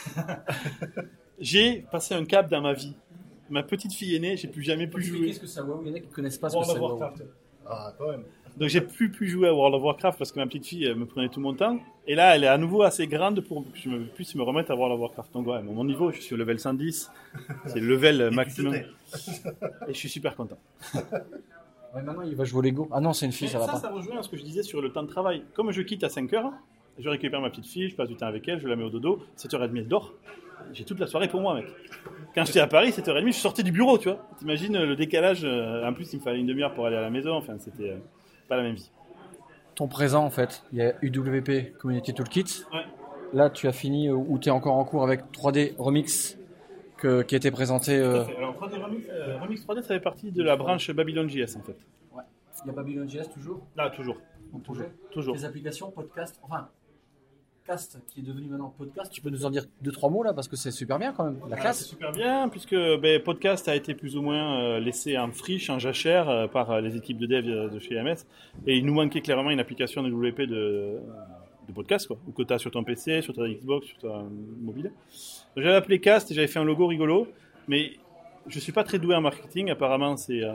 J'ai passé un cap dans ma vie. Ma petite fille aînée, j'ai plus jamais pu jouer. Qu'est-ce que c'est WoW ? Il y en a qui connaissent pas ce que c'est WoW. Ah, quand même. Donc j'ai plus pu jouer à World of Warcraft parce que ma petite fille me prenait tout mon temps. Et là, elle est à nouveau assez grande pour que je puisse me remettre à World of Warcraft. Donc ouais, mon niveau, je suis au level 110. C'est le level maximum. Et je suis super content. Ouais, maintenant, il va jouer au Lego. Ah non, c'est une fille, ça va pas. Ça rejoint à ce que je disais sur le temps de travail. Comme je quitte à 5h, je récupère ma petite fille, je passe du temps avec elle, je la mets au dodo. 7h30, elle dort. J'ai toute la soirée pour moi, mec. Quand j'étais à Paris, 7h30, je suis sorti du bureau, tu vois. T'imagines le décalage. En plus, il me fallait une demi-heure pour aller à la maison. Enfin, c'était pas la même vie. Ton présent, en fait, il y a UWP Community Toolkit. Ouais. Là, tu as fini ou tu es encore en cours avec 3D Remix qui a été présenté. Alors, 3D Remix 3D, ça fait partie de la branche Babylon.js, en fait. Ouais. Il y a Babylon.js toujours ? Là, toujours. Toujours. Les applications, podcast, enfin, Cast qui est devenu maintenant podcast. Tu peux nous en dire 2-3 mots là parce que c'est super bien quand même. La classe. C'est super bien puisque podcast a été plus ou moins laissé en friche, en jachère par les équipes de dev de chez MS. Et il nous manquait clairement une application de WP de podcast, quoi, ou que tu as sur ton PC, sur ta Xbox, sur ta mobile. J'avais appelé Cast et j'avais fait un logo rigolo, mais je suis pas très doué en marketing. Apparemment, c'est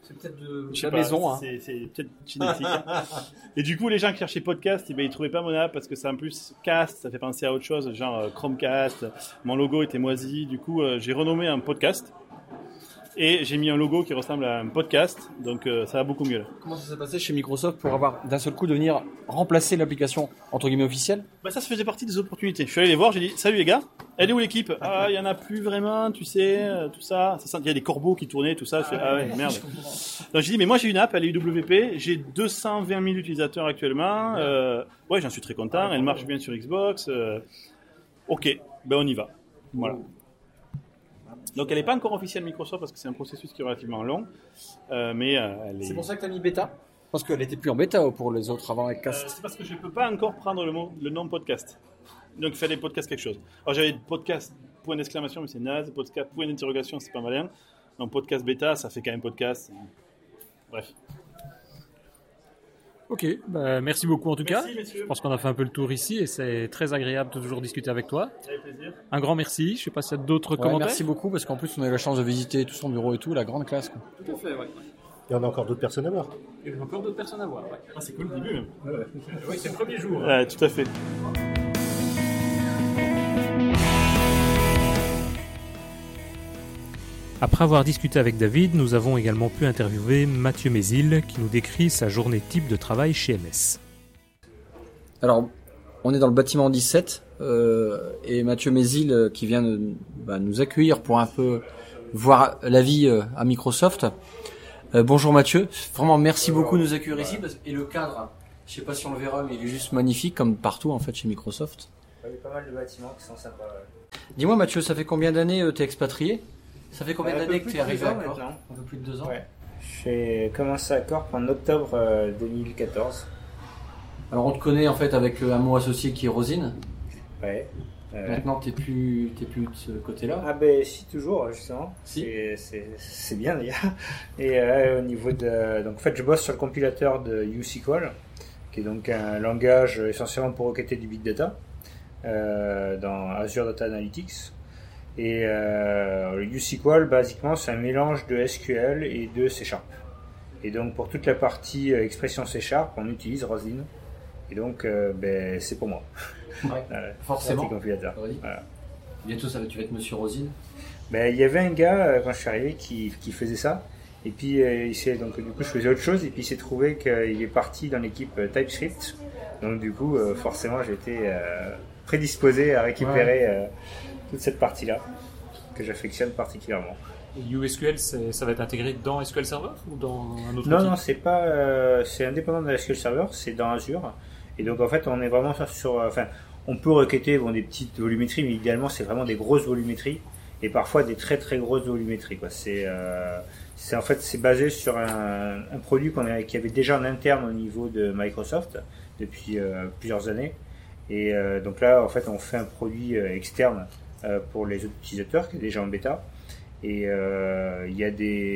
C'est peut-être de Je sais la pas, maison. Hein. c'est peut-être génétique. Et du coup, les gens qui cherchaient podcast, eh ben, ils trouvaient pas mon app parce que c'est en plus cast, ça fait penser à autre chose, genre Chromecast. Mon logo était moisi. Du coup, j'ai renommé un podcast. Et j'ai mis un logo qui ressemble à un podcast, donc ça va beaucoup mieux là. Comment ça s'est passé chez Microsoft pour avoir d'un seul coup de venir remplacer l'application entre guillemets officielle? Bah ça faisait partie des opportunités. Je suis allé les voir, j'ai dit salut les gars, elle est où l'équipe? Ah il y en a plus vraiment, tu sais, tout ça. Il y a des corbeaux qui tournaient, tout ça. Je fais, ah ouais merde. Donc j'ai dit mais moi j'ai une app, elle est UWP, j'ai 220 000 utilisateurs actuellement. Ouais j'en suis très content, elle marche bien sur Xbox. Ok, ben on y va. Voilà. Donc elle n'est pas encore officielle Microsoft parce que c'est un processus qui est relativement long, mais elle est... C'est pour ça que tu as mis bêta? Parce qu'elle n'était plus en bêta pour les autres avant avec Cast. c'est parce que je ne peux pas encore prendre le nom podcast. Donc il fallait podcast quelque chose. Alors j'avais podcast point d'exclamation mais c'est naze, podcast point d'interrogation c'est pas malin. Donc podcast bêta ça fait quand même podcast. Bref. Ok, bah, merci beaucoup en tout cas. Messieurs. Je pense qu'on a fait un peu le tour ici et c'est très agréable de toujours discuter avec toi. Avec plaisir. Un grand merci. Je sais pas s'il y a d'autres commentaires. Merci beaucoup parce qu'en plus on a eu la chance de visiter tout son bureau et tout, la grande classe. Quoi. Tout à fait, ouais. Il y en a encore d'autres personnes à voir. Il y a encore d'autres personnes à voir. Ouais. Ah, c'est cool le début même. Oui, c'est le premier jour. Ouais, tout à fait. Après avoir discuté avec David, nous avons également pu interviewer Mathieu Mézil qui nous décrit sa journée type de travail chez MS. Alors, on est dans le bâtiment 17 et Mathieu Mézil qui vient de, nous accueillir pour un peu voir la vie à Microsoft. Bonjour Mathieu, vraiment merci beaucoup de nous accueillir ici et le cadre, je sais pas si on le verra mais il est juste magnifique comme partout en fait chez Microsoft. Il y a pas mal de bâtiments qui sont sympas. Dis-moi Mathieu, ça fait combien d'années t'es expatrié? Ça fait combien d'années que t'es arrivé à Corp? maintenant. Un peu plus de 2 ans. Ouais. J'ai commencé à Corp en octobre 2014. Alors on te connaît en fait avec un mot associé qui est Rosine. Ouais. Maintenant t'es plus de ce côté-là. Ah ben si toujours justement. Si. C'est bien d'ailleurs. Et au niveau de donc en fait je bosse sur le compilateur de uSQL qui est donc un langage essentiellement pour requêter du big data dans Azure Data Analytics. Et le uSQL, basiquement, c'est un mélange de SQL et de C#. Et donc, pour toute la partie expression C#, on utilise Roslyn. Et donc, c'est pour moi. Ouais, forcément. Compilateur. Voilà. Bientôt, tu vas être Monsieur Rosine. Il y avait un gars, quand je suis arrivé, qui faisait ça. Et puis, donc, du coup, je faisais autre chose. Et puis, il s'est trouvé qu'il est parti dans l'équipe TypeScript. Donc, du coup, forcément, j'étais prédisposé à récupérer toute cette partie-là, que j'affectionne particulièrement. Et USQL, ça va être intégré dans SQL Server ou dans un autre outil? Non, c'est pas, c'est indépendant de la SQL Server, c'est dans Azure. Et donc, en fait, on est vraiment sur on peut requêter des petites volumétries, mais idéalement, c'est vraiment des grosses volumétries et parfois des très très grosses volumétries, quoi. C'est basé sur un produit qui avait déjà en interne au niveau de Microsoft depuis plusieurs années. Et donc là, en fait, on fait un produit externe pour les autres utilisateurs qui est déjà en bêta. Et il y a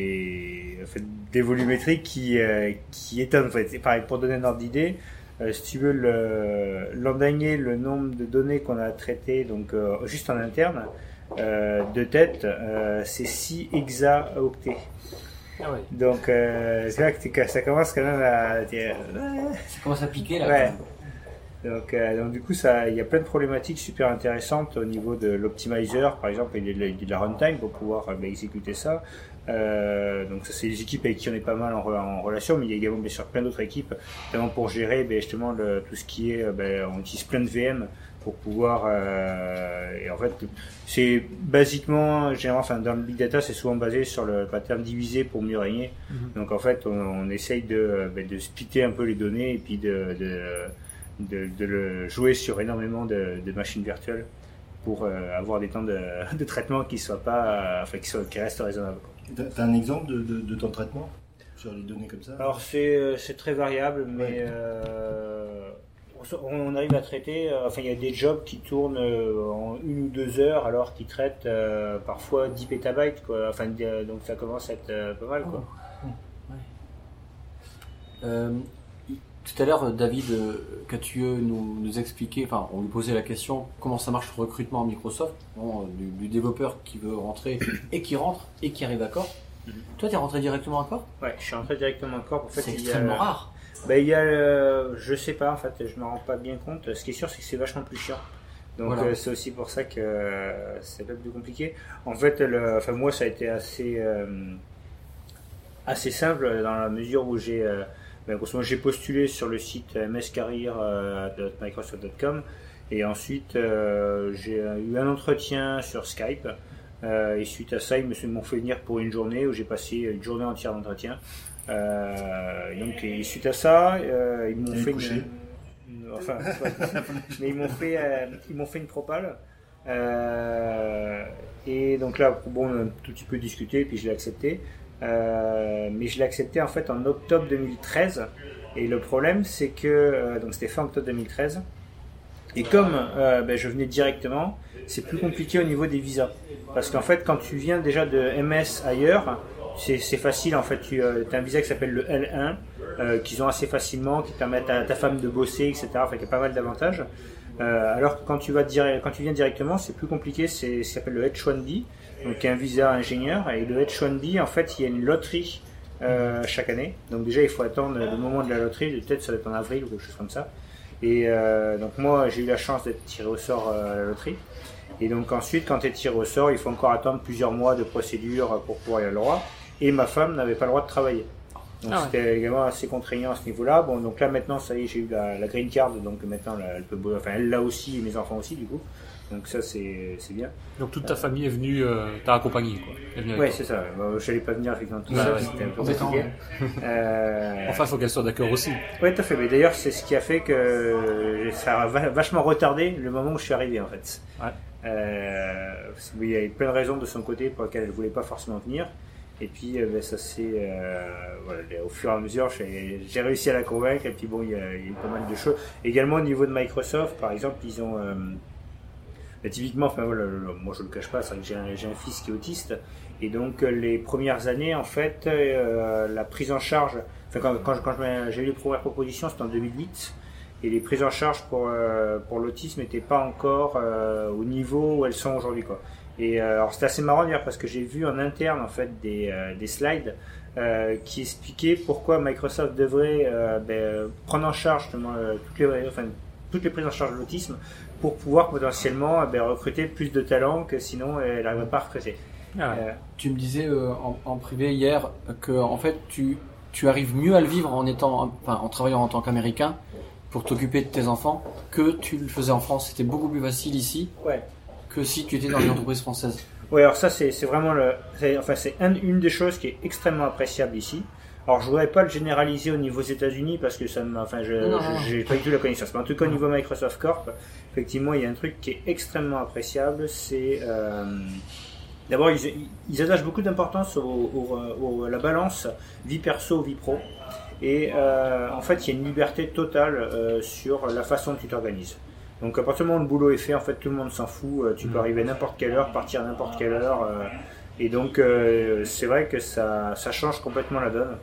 des volumétries qui étonnent. En fait. Pareil, pour donner un ordre d'idée, si tu veux l'endagner le nombre de données qu'on a traitées donc juste en interne, de tête, c'est 6 hexaoctets. Ah ouais. Donc c'est là que ça commence quand même à... Ça commence à piquer là. Ouais. Donc du coup, il y a plein de problématiques super intéressantes au niveau de l'optimizer, par exemple, et de la runtime pour pouvoir exécuter ça. Donc ça, c'est les équipes avec qui on est pas mal en relation, mais il y a également bien sûr plein d'autres équipes, notamment pour gérer justement tout ce qui est, on utilise plein de VM pour pouvoir. Et en fait, c'est basiquement, généralement, dans le big data, c'est souvent basé sur le pattern divisé pour mieux régner. Mm-hmm. Donc en fait, on essaye de splitter un peu les données et puis de le jouer sur énormément de machines virtuelles pour avoir des temps de traitement qui restent raisonnables. T'as un exemple de temps de traitement sur les données comme ça? Alors c'est très variable, mais on arrive à traiter. Il y a des jobs qui tournent en 1 ou 2 heures, alors qu'ils traitent parfois 10 pétabytes, quoi. Donc ça commence à être pas mal, quoi. Tout à l'heure, David Catueux nous expliquait, on lui posait la question comment ça marche le recrutement à Microsoft, du développeur qui veut rentrer et qui rentre et qui arrive à Corp. Toi, t'es rentré directement à Corp? Ouais, je suis rentré directement en Corp. En fait, C'est extrêmement rare. Il y a, je sais pas, en fait, je me rends pas bien compte. Ce qui est sûr, c'est que c'est vachement plus chiant. Donc Voilà. c'est aussi pour ça que c'est un peu plus compliqué. En fait, moi, ça a été assez simple dans la mesure où grosso modo, j'ai postulé sur le site mscareer.microsoft.com et ensuite j'ai eu un entretien sur Skype. Et suite à ça, ils m'ont fait venir pour une journée où j'ai passé une journée entière d'entretien. Donc, et suite à ça, ils m'ont fait mais ils m'ont fait une propale. Et donc là, bon, on a un tout petit peu discuté, puis je l'ai accepté. Mais je l'ai accepté en fait en octobre 2013. Et le problème, c'est que donc c'était fin octobre 2013. Et comme je venais directement, c'est plus compliqué au niveau des visas. Parce qu'en fait, quand tu viens déjà de MS ailleurs, c'est facile. En fait, tu as un visa qui s'appelle le L1, qu'ils ont assez facilement, qui permettent à ta femme de bosser, etc. Enfin, il y a pas mal d'avantages. Alors que quand tu viens directement, c'est plus compliqué. C'est ce qui s'appelle le H1B, donc un visa ingénieur. Et le H1B, en fait, il y a une loterie chaque année. Donc déjà, il faut attendre le moment de la loterie. Peut-être ça va être en avril ou quelque chose comme ça. Et donc moi, j'ai eu la chance d'être tiré au sort à la loterie. Et donc ensuite, quand tu es tiré au sort, il faut encore attendre plusieurs mois de procédure pour pouvoir y aller le droit. Et ma femme n'avait pas le droit de travailler. Donc c'était également assez contraignant à ce niveau-là. Bon, donc là maintenant, ça y est, j'ai eu la green card, donc maintenant elle peut, elle l'a aussi, et mes enfants aussi du coup. Donc ça c'est bien. Donc toute ta famille est venue t'a accompagné, quoi. Ouais, c'est ça. Je n'allais pas venir effectivement tout seul, c'était un peu compliqué. Enfin, il faut qu'elle soit d'accord aussi. Oui, tout à fait. Mais d'ailleurs, c'est ce qui a fait que ça a vachement retardé le moment où je suis arrivé en fait. Ouais. Il y avait plein de raisons de son côté pour lesquelles elle ne voulait pas forcément venir. Et puis ça s'est au fur et à mesure j'ai réussi à la convaincre. Et puis bon, il y a eu pas mal de choses. Également au niveau de Microsoft, par exemple, ils ont typiquement, moi je le cache pas, c'est vrai que j'ai un fils qui est autiste. Et donc les premières années, en fait, la prise en charge, quand j'ai eu les premières propositions, c'était en 2008. Et les prises en charge pour l'autisme n'étaient pas encore au niveau où elles sont aujourd'hui, quoi. Et alors c'était assez marrant d'ailleurs parce que j'ai vu en interne en fait des slides qui expliquaient pourquoi Microsoft devrait prendre en charge justement toutes les prises en charge de l'autisme pour pouvoir potentiellement recruter plus de talents que sinon elle n'arriverait pas à recruter. Tu me disais en privé hier que en fait tu arrives mieux à le vivre en travaillant en tant qu'Américain pour t'occuper de tes enfants que tu le faisais en France. C'était beaucoup plus facile ici. Ouais. Que si tu étais dans une entreprise française. Oui, alors ça c'est vraiment c'est une des choses qui est extrêmement appréciable ici. Alors je voudrais pas le généraliser au niveau des États-Unis parce que j'ai pas du tout la connaissance. Mais en tout cas au niveau Microsoft Corp, effectivement il y a un truc qui est extrêmement appréciable, c'est d'abord ils attachent beaucoup d'importance à la balance vie perso vie pro. Et en fait il y a une liberté totale sur la façon dont tu t'organises. Donc à partir du moment où le boulot est fait, en fait tout le monde s'en fout, tu peux arriver à n'importe quelle heure, partir à n'importe quelle heure, et donc c'est vrai que ça change complètement la donne.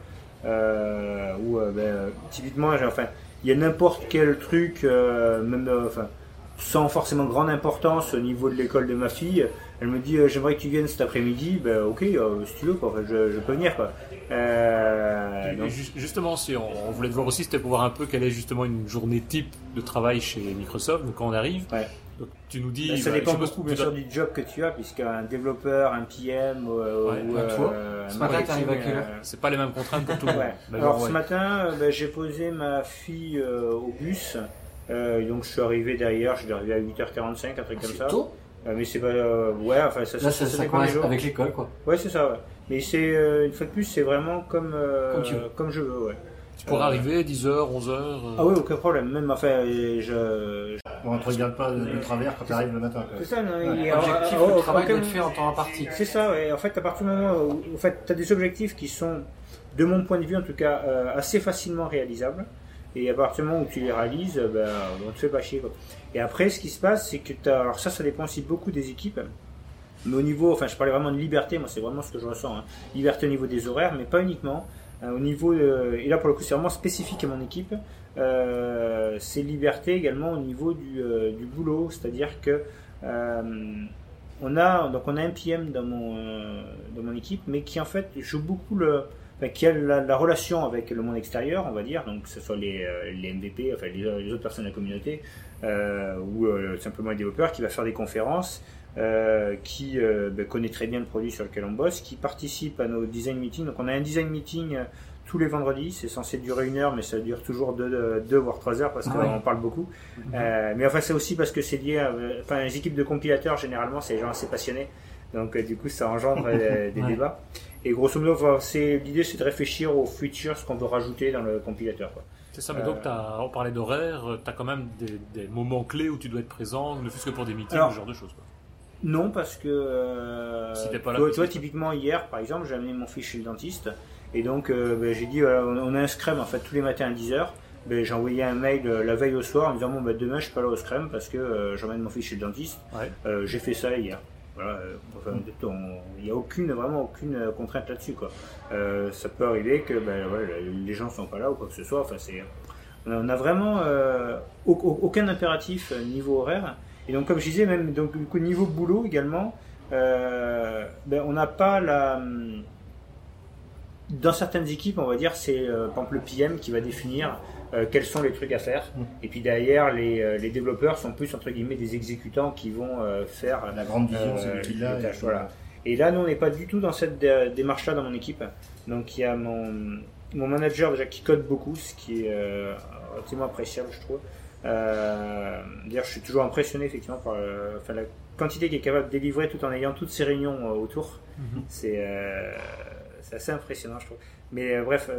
Typiquement, il y a n'importe quel truc, sans forcément grande importance au niveau de l'école de ma fille. Elle me dit j'aimerais que tu viennes cet après-midi. Ok, si tu veux, quoi. Je peux venir, quoi. Donc... Justement, si on voulait te voir aussi, c'était pour voir un peu quelle est justement une journée type de travail chez Microsoft. Donc quand on arrive, donc, tu nous dis. Ça dépend beaucoup bien sûr du job que tu as, puisqu'un développeur, un PM ce matin, tu arrives à quelle heure ? C'est pas les mêmes contraintes pour tout le monde. Alors ce matin, j'ai posé ma fille au bus. Donc je suis arrivé derrière, je suis arrivé à 8h45, un truc comme ça. Tôt. Mais c'est pas ça dépend des jours. Avec l'école, quoi. Ouais, c'est ça, ouais. Mais c'est une fois de plus, c'est vraiment comme je veux, ouais. Tu pourrais arriver 10h, 11h. Ah oui, aucun problème. Même on ne te regarde pas de travers quand tu arrives le matin, quoi. C'est ça, non, l'objectif du travail doit être fait en temps imparti. C'est ça, ouais. En fait, à partir du moment où tu as des objectifs qui sont, de mon point de vue en tout cas, assez facilement réalisables. Et à partir du moment où tu les réalises, on te fait pas chier, quoi. Et après, ce qui se passe, c'est que alors ça dépend aussi beaucoup des équipes. Mais au niveau, je parlais vraiment de liberté, moi c'est vraiment ce que je ressens, hein. Liberté au niveau des horaires, mais pas uniquement. Au niveau, et là pour le coup c'est vraiment spécifique à mon équipe, c'est liberté également au niveau du boulot, c'est-à-dire que on a un PM dans mon équipe, mais qui en fait joue beaucoup qui a la relation avec le monde extérieur, on va dire, donc que ce soit les MVP, enfin les autres personnes de la communauté, ou simplement les développeurs, qui va faire des conférences, qui connaît très bien le produit sur lequel on bosse, qui participe à nos design meetings. Donc on a un design meeting tous les vendredis, c'est censé durer 1 heure, mais ça dure toujours 2 voire 3 heures parce qu'on parle beaucoup. Mais enfin c'est aussi parce que c'est lié à, les équipes de compilateurs, généralement c'est des gens assez passionnés, donc du coup ça engendre des débats. Et grosso modo, l'idée c'est de réfléchir aux features qu'on veut rajouter dans le compilateur, quoi. C'est ça, mais donc on parlait d'horaire, tu as quand même des moments clés où tu dois être présent, ne fût-ce que pour des meetings, ce genre de choses, quoi. Non, parce que si t'es pas là, tu vois, typiquement hier par exemple, j'ai amené mon fils chez le dentiste, et donc j'ai dit on a un scrum en fait tous les matins à 10h. J'ai envoyé un mail la veille au soir en disant demain je suis pas là au scrum parce que j'emmène mon fils chez le dentiste. J'ai fait ça hier. Voilà, il n'y a vraiment aucune contrainte là-dessus, quoi. Ça peut arriver que les gens sont pas là ou quoi que ce soit. Enfin, on n'a vraiment aucun impératif niveau horaire. Et donc, comme je disais, même donc du coup, niveau boulot également, on n'a pas dans certaines équipes, on va dire, c'est par exemple le PM qui va définir quels sont les trucs à faire. Et puis derrière, les développeurs sont plus entre guillemets des exécutants qui vont faire la grande vision, c'est les tâches. Voilà. Et là, nous, on n'est pas du tout dans cette démarche-là dans mon équipe. Donc, il y a mon manager déjà qui code beaucoup, ce qui est relativement appréciable, je trouve. D'ailleurs, je suis toujours impressionné effectivement par la quantité qu'il est capable de délivrer tout en ayant toutes ces réunions autour. C'est assez impressionnant, je trouve. Mais bref,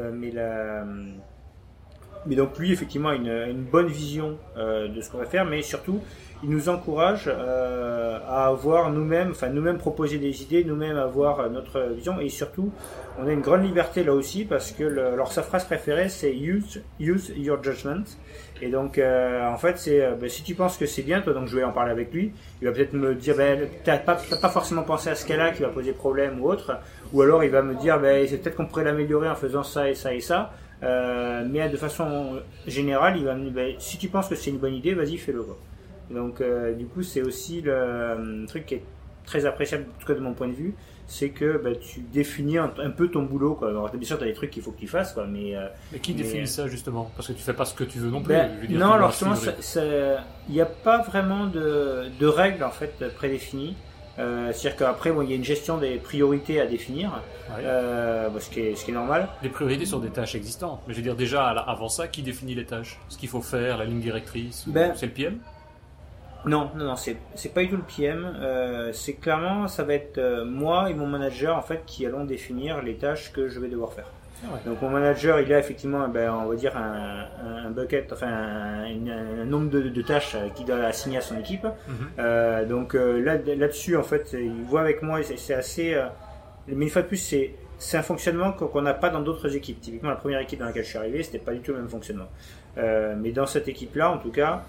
mais donc lui effectivement a une bonne vision de ce qu'on va faire, mais surtout il nous encourage à avoir nous-mêmes proposer des idées, nous-mêmes avoir notre vision, et surtout on a une grande liberté là aussi parce que alors sa phrase préférée c'est use your judgment. Et donc en fait c'est si tu penses que c'est bien, toi, donc je vais en parler avec lui, il va peut-être me dire t'as pas forcément pensé à ce cas-là qui va poser problème ou autre, ou alors il va me dire c'est peut-être qu'on pourrait l'améliorer en faisant ça et ça et ça. Mais de façon générale, il va me dire si tu penses que c'est une bonne idée, vas-y, fais-le, quoi. Donc du coup, c'est aussi le truc qui est très appréciable, en tout cas de mon point de vue, c'est que tu définis un peu ton boulot, quoi. Alors bien sûr, tu as des trucs qu'il faut que tu fasses, quoi, mais qui définit ça justement? Parce que tu fais pas ce que tu veux non plus. Non, alors justement, il n'y a pas vraiment de règles en fait prédéfinies. C'est-à-dire qu'après, il y a une gestion des priorités à définir, ce qui est normal. Les priorités sur des tâches existantes. Mais je veux dire, déjà, avant ça, qui définit les tâches? Ce qu'il faut faire, la ligne directrice, c'est le PM? Non, c'est pas du tout le PM. C'est clairement, ça va être moi et mon manager en fait qui allons définir les tâches que je vais devoir faire. Donc mon manager, il a effectivement, on va dire un bucket, enfin un nombre de tâches qu'il doit assigner à son équipe. Donc là-dessus, en fait, il voit avec moi, c'est assez. Mais une fois de plus, c'est un fonctionnement qu'on n'a pas dans d'autres équipes. Typiquement, la première équipe dans laquelle je suis arrivé, c'était pas du tout le même fonctionnement. Mais dans cette équipe-là, en tout cas,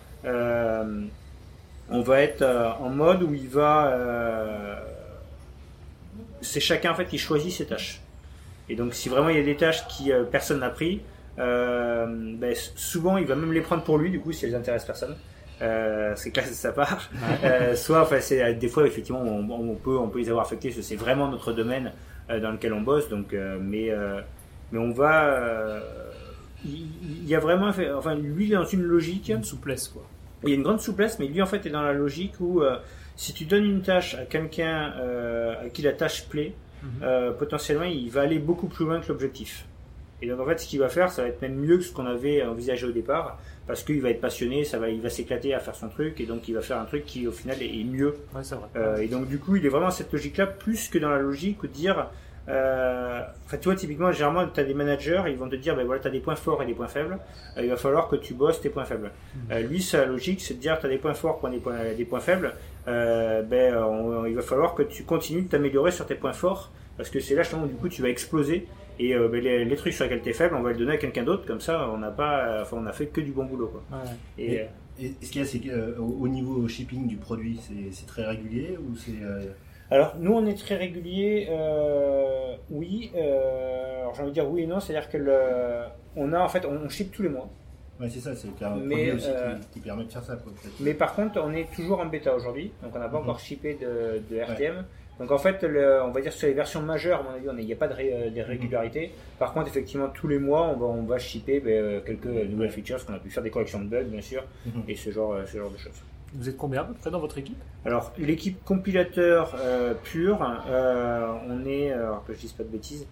on va être en mode où il va. C'est chacun en fait qui choisit ses tâches. Et donc, si vraiment il y a des tâches qui personne n'a pris, souvent il va même les prendre pour lui, du coup, si elles intéressent personne. C'est classe de sa part. Soit, c'est des fois effectivement, on peut les avoir affectés, parce que c'est vraiment notre domaine dans lequel on bosse. Donc, mais on va. Il y a vraiment, lui il est dans une logique. Une souplesse, quoi. Il y a une grande souplesse, mais lui en fait est dans la logique où si tu donnes une tâche à quelqu'un à qui la tâche plaît. Potentiellement il va aller beaucoup plus loin que l'objectif, et donc en fait ce qu'il va faire, ça va être même mieux que ce qu'on avait envisagé au départ, parce qu'il va être passionné, il va s'éclater à faire son truc, et donc il va faire un truc qui au final est mieux. C'est vrai. Et donc du coup il est vraiment dans cette logique là plus que dans la logique de dire tu vois, typiquement généralement tu as des managers, ils vont te dire tu as des points forts et des points faibles, il va falloir que tu bosses tes points faibles. Lui sa logique c'est de dire tu as des points forts, des points faibles, il va falloir que tu continues de t'améliorer sur tes points forts, parce que c'est là justement où du coup tu vas exploser, et les trucs sur lesquels tu es faible, on va le donner à quelqu'un d'autre, comme ça on a fait que du bon boulot, quoi. Et ce qu'il y a, c'est qu'au niveau shipping du produit, c'est très régulier ou c'est Alors nous on est très régulier, oui. Alors j'ai envie de dire oui et non, c'est-à-dire que on ship tous les mois. Ouais, c'est ça, c'est un Mais, produit aussi qui permet de faire ça. Quoi, peut-être. Mais par contre, on est toujours en bêta aujourd'hui, donc on n'a pas encore shippé de RTM. Ouais. Donc en fait, on va dire sur les versions majeures, à mon avis, il n'y a pas de régularité. Par contre, effectivement, tous les mois, on va shipper quelques nouvelles features, qu'on a pu faire des corrections de bugs, bien sûr, et ce genre de choses. Vous êtes combien à peu près dans votre équipe? Alors, l'équipe compilateur pure, on est, alors que je dise pas de bêtises,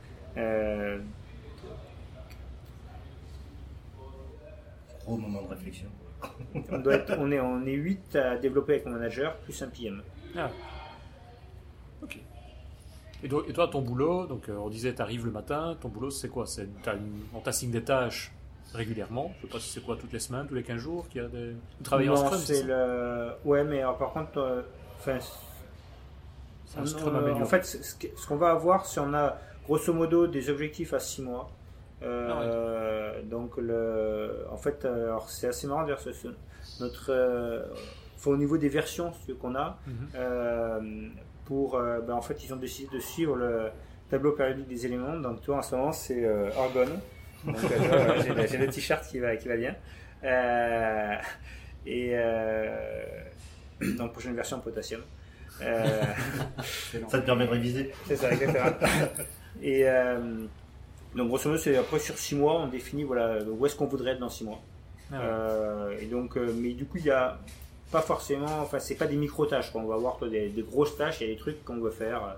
Gros moment de réflexion. on est 8 à développer avec mon manager, plus un PM. Ah. Ok. Et toi, ton boulot, donc on disait, tu arrives le matin, ton boulot c'est quoi? On t'assigne des tâches régulièrement, je sais pas si c'est quoi, toutes les semaines, tous les 15 jours, qu'il y a des... Vous travaillez en Scrum, c'est Ouais, mais alors, par contre, c'est un Scrum amélioré. En fait, ce qu'on va avoir, c'est on a grosso modo des objectifs à 6 mois. Donc, en fait, alors c'est assez marrant de dire notre... au niveau des versions qu'on a, en fait, ils ont décidé de suivre le tableau périodique des éléments. Donc, toi, en ce moment, c'est Argon. Donc, j'ai le t-shirt qui va bien. Dans la prochaine version, potassium. Ça te permet de réviser. C'est ça, exactement. Et donc, grosso modo, c'est après sur 6 mois, on définit où est-ce qu'on voudrait être dans 6 mois. Et donc, mais du coup, il y a pas forcément, enfin, c'est pas des micro-tâches. On va avoir des grosses tâches, il y a des trucs qu'on veut faire.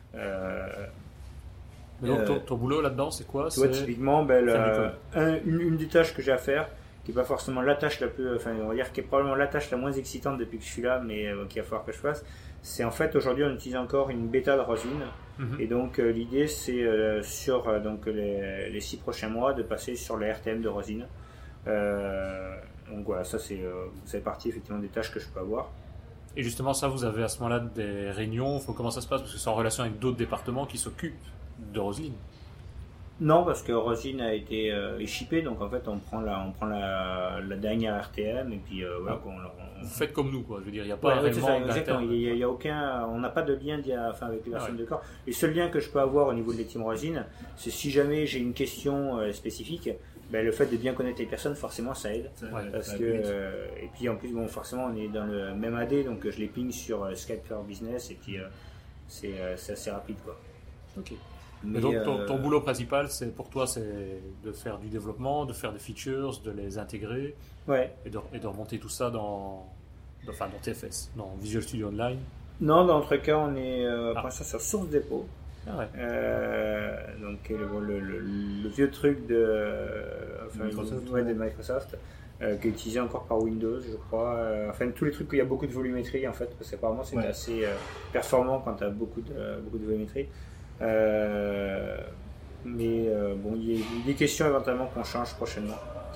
Mais donc, ton boulot là-dedans, c'est quoi? Tu vois, typiquement, une des tâches que j'ai à faire, qui n'est pas forcément la tâche la plus, enfin, on va dire qui est probablement la tâche la moins excitante depuis que je suis là, mais qu'il va falloir que je fasse, c'est en fait, aujourd'hui, on utilise encore une bêta de Roslyn. Et donc, l'idée, c'est sur les 6 prochains mois de passer sur la RTM de Roslyn. Donc voilà, ça fait partie effectivement des tâches que je peux avoir. Et justement, ça, vous avez à ce moment-là des réunions, comment ça se passe? Parce que c'est en relation avec d'autres départements qui s'occupent de Roslyn. Non, parce que Roslyn a été shippé, donc en fait on prend la dernière RTM et puis voilà. Vous faites comme nous, quoi. Je veux dire, il n'y a pas réellement d'interne. Il y a aucun, on n'a pas de lien avec les versions de corps. Les seuls liens que je peux avoir au niveau de l'équipe Roslyn, c'est si jamais j'ai une question spécifique. Le fait de bien connaître les personnes, forcément, ça aide. Parce que, et puis en plus, forcément, on est dans le même AD, donc je les ping sur Skype for Business, et puis c'est assez rapide, quoi. Ok. Mais donc ton boulot principal, pour toi, c'est de faire du développement, de faire des features, de les intégrer, et de remonter tout ça dans TFS, dans Visual Studio Online. Non, dans notre cas, on est pour l'instant sur Source Depot. Donc le vieux truc de Microsoft qui est utilisé encore par Windows, je crois. Tous les trucs où il y a beaucoup de volumétrie, en fait, parce qu'apparemment c'est assez performant quand tu as beaucoup de volumétrie. Mais il y a des questions éventuellement qu'on change prochainement.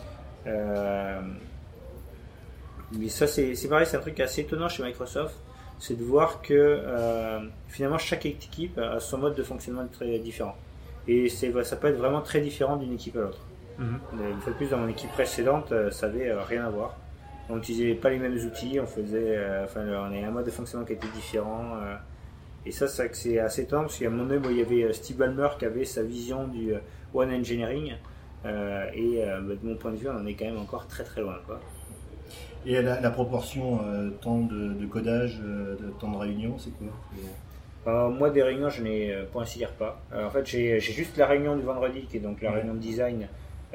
Mais ça, c'est pareil, c'est un truc assez étonnant chez Microsoft. C'est de voir que finalement chaque équipe a son mode de fonctionnement très différent. Et ça peut être vraiment très différent d'une équipe à l'autre. Une fois de plus, dans mon équipe précédente, ça avait rien à voir. On n'utilisait pas les mêmes outils, on avait un mode de fonctionnement qui était différent. Et ça, c'est assez étonnant parce qu'à un moment donné, il y avait Steve Ballmer qui avait sa vision du One Engineering. De mon point de vue, on en est quand même encore très très loin, quoi. Et la proportion temps de codage, de temps de réunion, c'est quoi? Moi, des réunions, je n'ai pour ainsi dire pas. En fait, j'ai juste la réunion du vendredi, qui est donc la réunion de design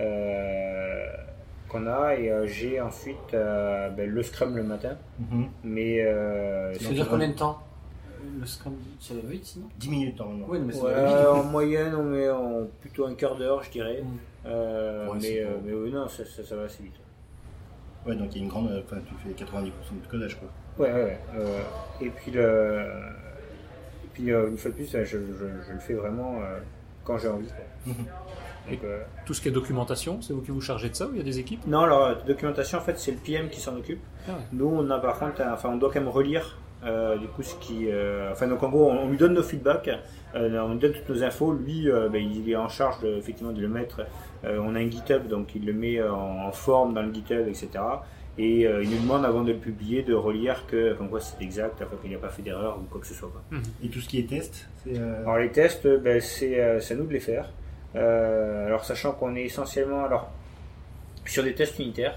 qu'on a, et j'ai ensuite le Scrum le matin. Mais ça veut dire combien de temps? Le Scrum, ça va vite sinon? 10 minutes normalement. Oui, mais en moyenne, on met plutôt un quart d'heure, je dirais. Mais non, ça va assez vite. Ouais, donc il y a une grande. Tu fais 90% de codage, quoi. Ouais. Et puis, une fois de plus, je le fais vraiment quand j'ai envie, quoi. Donc, tout ce qui est documentation, c'est vous qui vous chargez de ça ou il y a des équipes? Non, alors, documentation, en fait, c'est le PM qui s'en occupe. Nous, on a par contre, on doit quand même relire. Du coup, donc en gros, on lui donne nos feedbacks, on lui donne toutes nos infos. Lui, il est en charge effectivement de le mettre. On a un GitHub, donc il le met en forme dans le GitHub, etc. Et il nous demande avant de le publier de relire comme quoi c'est exact, qu'il n'a pas fait d'erreur ou quoi que ce soit. Et tout ce qui est test, Alors les tests, c'est à nous de les faire. Alors sachant qu'on est essentiellement, sur des tests unitaires.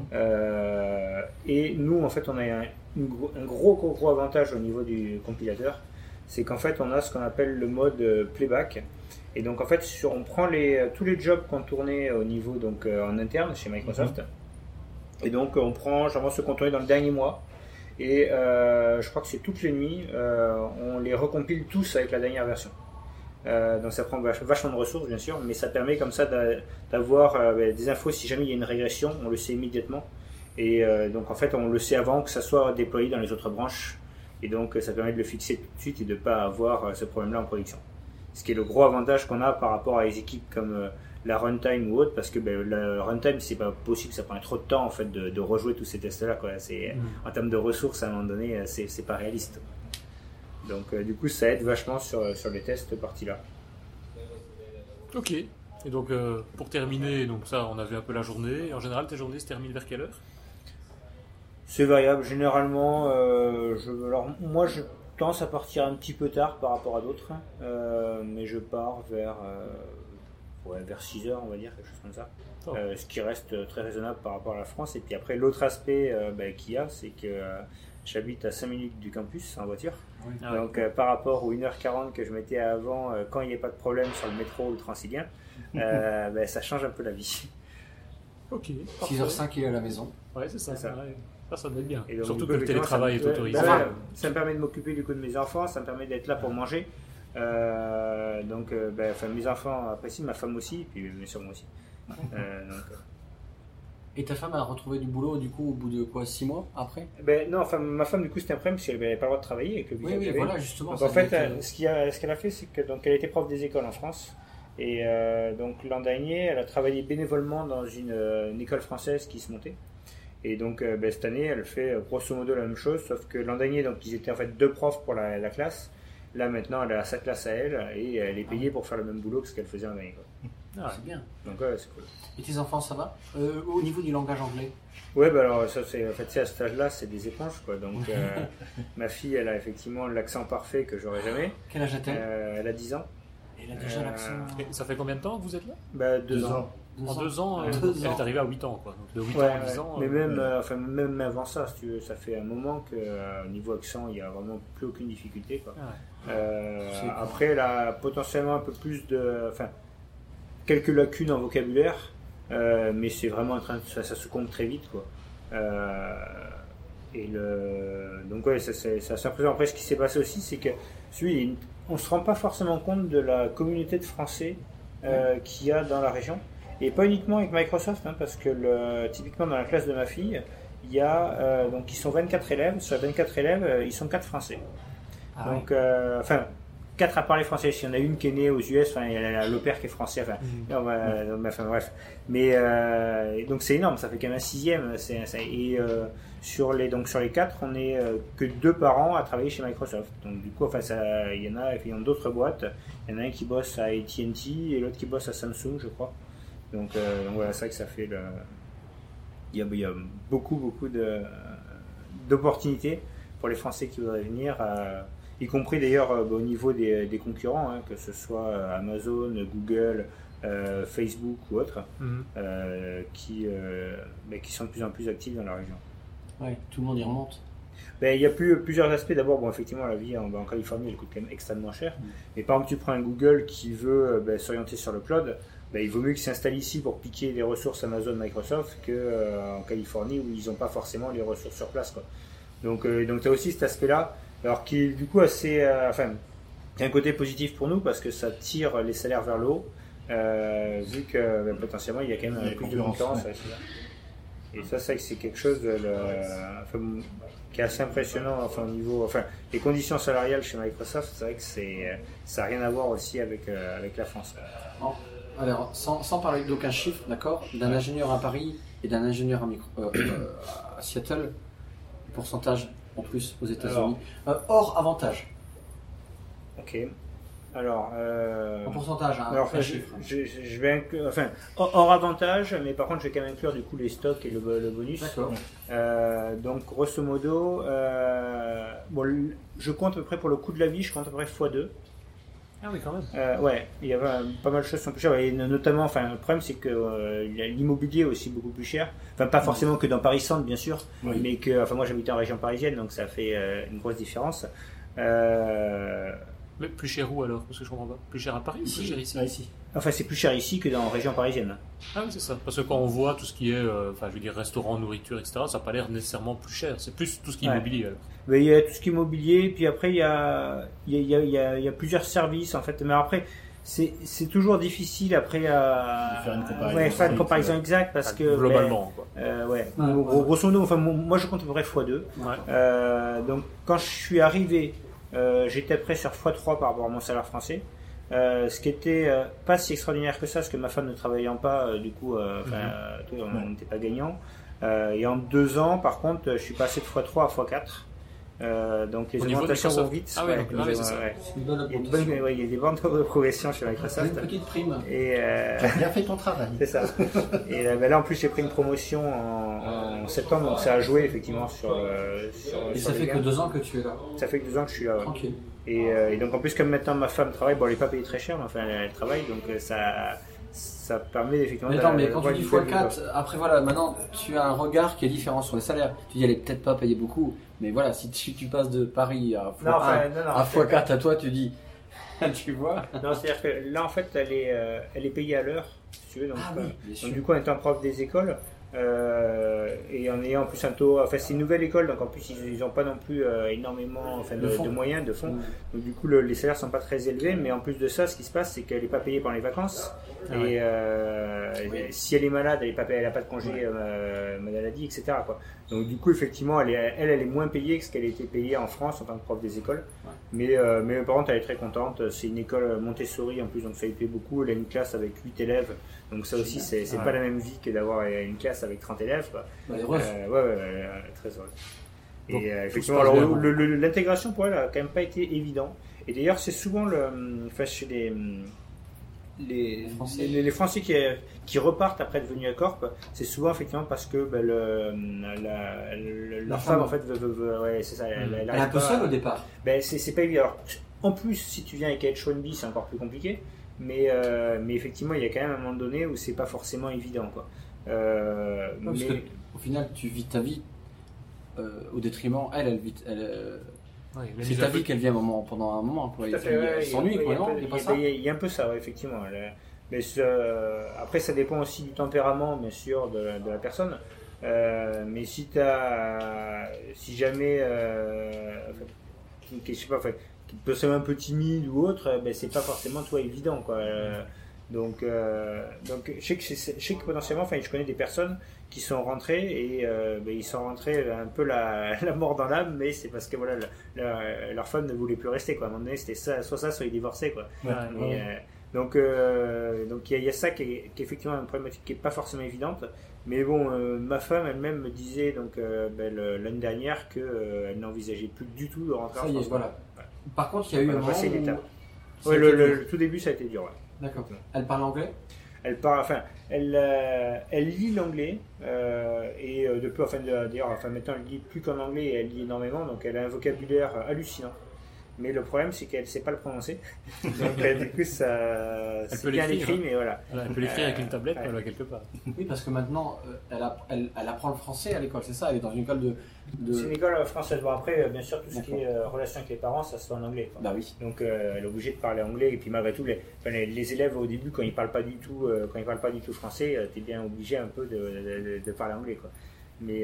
Et nous, en fait, on a un gros avantage au niveau du compilateur, c'est qu'en fait, on a ce qu'on appelle le mode playback. Et donc, en fait, on prend tous les jobs qu'on tournait au niveau donc en interne chez Microsoft. Et donc, on prend généralement ceux qu'on tournait dans le dernier mois. Et je crois que c'est toutes les nuits, on les recompile tous avec la dernière version. Donc ça prend vachement de ressources bien sûr, mais ça permet comme ça d'avoir des infos si jamais il y a une régression, on le sait immédiatement. Et donc en fait on le sait avant que ça soit déployé dans les autres branches. Et donc ça permet de le fixer tout de suite et de ne pas avoir ce problème-là en production. Ce qui est le gros avantage qu'on a par rapport à des équipes comme la runtime ou autre, parce que la runtime c'est pas possible, ça prend trop de temps en fait de rejouer tous ces tests-là. En termes de ressources à un moment donné, c'est pas réaliste. Donc du coup ça aide vachement sur les tests partie-là. Ok. Et donc pour terminer, donc ça on a vu un peu la journée. En général tes journées se terminent vers quelle heure? C'est variable. Généralement, moi je tendance à partir un petit peu tard par rapport à d'autres, mais je pars vers 6h on va dire, quelque chose comme ça. Ce qui reste très raisonnable par rapport à la France. Et puis après l'autre aspect qu'il y a, c'est que j'habite à 5 minutes du campus en voiture. Oui. Donc par rapport aux 1h40 que je mettais avant, quand il n'y a pas de problème sur le métro ou le Transilien, ça change un peu la vie. Ok. 6h05 il est à la maison. Ouais, c'est ça. Ouais. Ça doit être bien. Et donc, surtout que le télétravail est autorisé. Ça me permet de m'occuper du coup de mes enfants, ça me permet d'être là pour manger. Mes enfants apprécient, ma femme aussi, et puis bien sûr moi aussi. Et ta femme a retrouvé du boulot du coup au bout de quoi, 6 mois après? Non, ma femme du coup c'était un problème parce qu'elle n'avait pas le droit de travailler avec le visa. Oui, voilà justement. Donc, en fait, ce qu'elle a fait, c'est que donc elle était prof des écoles en France. Et donc l'an dernier, elle a travaillé bénévolement dans une école française qui se montait. Et donc cette année, elle fait grosso modo la même chose, sauf que l'an dernier, donc ils étaient en fait 2 profs pour la classe. Là maintenant, elle a sa classe à elle et elle est payée pour faire le même boulot que ce qu'elle faisait l'an dernier. C'est bien. Donc c'est cool. Et tes enfants, ça va au niveau du langage anglais? Ouais, alors ça c'est en fait à cet âge-là, c'est des éponges quoi. Donc ma fille, elle a effectivement l'accent parfait que j'aurais jamais. Quel âge a-t-elle? Elle a 10 ans. Et elle a déjà l'accent. Ça fait combien de temps que vous êtes là? 2 ans. En 2 ans, elle est arrivée à 8 ans quoi. Donc de 8 ans à 10 ans. Mais même avant ça, si tu veux, ça fait un moment que niveau accent, il n'y a vraiment plus aucune difficulté quoi. Après, elle a potentiellement un peu plus quelques lacunes en vocabulaire, mais c'est vraiment ça se compte très vite quoi. Donc c'est assez impressionnant. Après, ce qui s'est passé aussi, c'est que on se rend pas forcément compte de la communauté de Français qu'il y a dans la région, et pas uniquement avec Microsoft, parce que typiquement dans la classe de ma fille, il y a donc ils sont 24 élèves. Sur les 24 élèves, ils sont 4 Français. Donc 4 à parler français. Il y en a une qui est née aux US, il y a le père qui est français, bref. Mais donc c'est énorme, ça fait quand même un 6e. Et sur les 4, on est que 2 parents à travailler chez Microsoft. Donc du coup, il y en a d'autres boîtes. Il y en a un qui bosse à AT&T et l'autre qui bosse à Samsung, je crois. Donc voilà, c'est vrai que ça fait il y a beaucoup d'opportunités pour les Français qui voudraient venir. Y compris d'ailleurs au niveau des concurrents, que ce soit Amazon, Google, Facebook ou autres, qui sont de plus en plus actifs dans la région. Ouais, tout le monde y remonte. Il y a plusieurs aspects. D'abord, effectivement, la vie en Californie, elle coûte quand même extrêmement cher. Mais par exemple, tu prends un Google qui veut s'orienter sur le cloud, il vaut mieux qu'il s'installe ici pour piquer des ressources Amazon, Microsoft, qu'en Californie où ils n'ont pas forcément les ressources sur place, quoi. Donc tu as aussi cet aspect-là. Alors qui est du coup assez, un côté positif pour nous parce que ça tire les salaires vers le haut, vu que potentiellement il y a quand même plus de concurrence. Ouais. Et ça c'est quelque chose qui est assez impressionnant. Au niveau, les conditions salariales chez Microsoft, c'est vrai que ça n'a rien à voir aussi avec la France. Bon. Alors sans parler d'aucun chiffre, d'accord, d'un ingénieur à Paris et d'un ingénieur à Seattle, le pourcentage en plus aux États-Unis. Hors avantage. Ok. Alors. En pourcentage, un chiffre. Je vais inclure, hors avantage, mais par contre, je vais quand même inclure du coup les stocks et le bonus. D'accord. Donc, grosso modo, je compte à peu près pour le coût de la vie, je compte à peu près x2. Ah oui, quand même. Ouais, il y avait pas mal de choses qui sont plus chères. Et notamment, le problème c'est que l'immobilier est aussi beaucoup plus cher. Enfin, pas forcément que dans Paris Centre, bien sûr, mais que, moi j'habitais en région parisienne, donc ça fait une grosse différence. Mais plus cher où alors? Parce que je comprends pas. Plus cher à Paris ou plus cher ici? Ici. Enfin, c'est plus cher ici que dans la région parisienne. Ah oui, c'est ça. Parce que quand on voit tout ce qui est, restaurant, nourriture, etc., ça n'a pas l'air nécessairement plus cher. C'est plus tout ce qui est immobilier alors. Mais il y a tout ce qui est immobilier, puis après il y a plusieurs services en fait. Mais après, c'est toujours difficile après à faire une comparaison, exacte parce que globalement quoi. Grosso modo, moi je compte à peu près x2. Donc quand je suis arrivé, j'étais près sur x3 par rapport à mon salaire français. Ce qui était pas si extraordinaire que ça, parce que ma femme ne travaillant pas, du coup, on n'était pas gagnant. Et en 2 ans, par contre, je suis passé de x3 à x4. Donc les augmentations vont vite. Ah oui, c'est ça. Il y a des bonnes progressions chez Microsoft. Une petite prime. Et tu as bien fait ton travail. C'est ça. Et là, en plus, j'ai pris une promotion en septembre, donc ça a joué effectivement sur. Et ça fait que 2 ans que tu es là. Ça fait que 2 ans que je suis là. Tranquille. Et donc en plus, comme maintenant ma femme travaille, elle n'est pas payée très cher, mais enfin elle travaille, donc ça permet effectivement. Mais attends, mais quand tu dis x4, après voilà, maintenant tu as un regard qui est différent sur les salaires. Tu dis elle est peut-être pas payée beaucoup, mais voilà, si tu passes de Paris à x4 à toi, tu dis, tu vois. Non, c'est-à-dire que là en fait elle est payée à l'heure, si tu veux, donc du coup en étant prof des écoles. Et en ayant en plus un taux, c'est une nouvelle école, donc en plus ils n'ont pas non plus énormément de moyens, de fonds, donc du coup les salaires sont pas très élevés, mais en plus de ça, ce qui se passe, c'est qu'elle n'est pas payée pendant les vacances, et si elle est malade, elle n'a pas de congé maladie, etc. quoi. Donc du coup effectivement elle est moins payée que ce qu'elle était payée en France en tant que prof des écoles, mais par contre elle est très contente. C'est une école Montessori en plus, donc ça lui plaît beaucoup. Elle a une classe avec 8 élèves, donc ça aussi c'est pas la même vie que d'avoir une classe avec 30 élèves quoi. Très heureuse. Et effectivement, alors l'intégration pour elle a quand même pas été évident. Et d'ailleurs c'est souvent chez les Français qui repartent après être venus à Corp, c'est souvent effectivement parce que leur femme en fait c'est ça. Elle est un peu seule au départ. C'est pas évident. Alors, en plus, si tu viens avec H1B, c'est encore plus compliqué. Mais effectivement, il y a quand même un moment donné où c'est pas forcément évident quoi. Parce que, au final, tu vis ta vie au détriment. Elle vit. C'est ta vie qu'elle vit pendant un moment. Quoi. Elle s'ennuie, quoi, non? Il y a un peu ça, effectivement. Mais après, ça dépend aussi du tempérament, bien sûr, de la personne. Mais si jamais, je sais pas, qui peut être un peu timide ou autre, c'est pas forcément toi évident, quoi. Donc je sais que potentiellement, je connais des personnes qui sont rentrées et ils sont rentrés un peu la mort dans l'âme, mais c'est parce que voilà leur femme ne voulait plus rester quoi. À un moment donné, c'était ça, soit ils divorçaient quoi. Donc il y a ça qui est effectivement une problématique qui est pas forcément évidente. Mais bon, ma femme elle-même me disait donc l'année dernière que elle n'envisageait plus du tout de rentrer en France. Voilà. Par contre, il y a eu un moment où... le tout début ça a été dur. Ouais. D'accord. Elle parle anglais? Elle lit l'anglais et maintenant elle lit plus qu'en anglais et elle lit énormément, donc elle a un vocabulaire hallucinant. Mais le problème c'est qu'elle ne sait pas le prononcer, donc du coup ça c'est bien écrit, mais voilà. Elle peut l'écrire avec une tablette quelque part. Oui, parce que maintenant elle apprend le français à l'école, c'est ça? Elle est dans une école de... C'est une école française. Bon, après, bien sûr, tout ce qui est relation avec les parents, ça se fait en anglais. Bah oui. Donc, elle est obligée de parler anglais. Et puis, malgré tout, les élèves au début, quand ils parlent pas du tout français, t'es bien obligé un peu de parler anglais, quoi. Du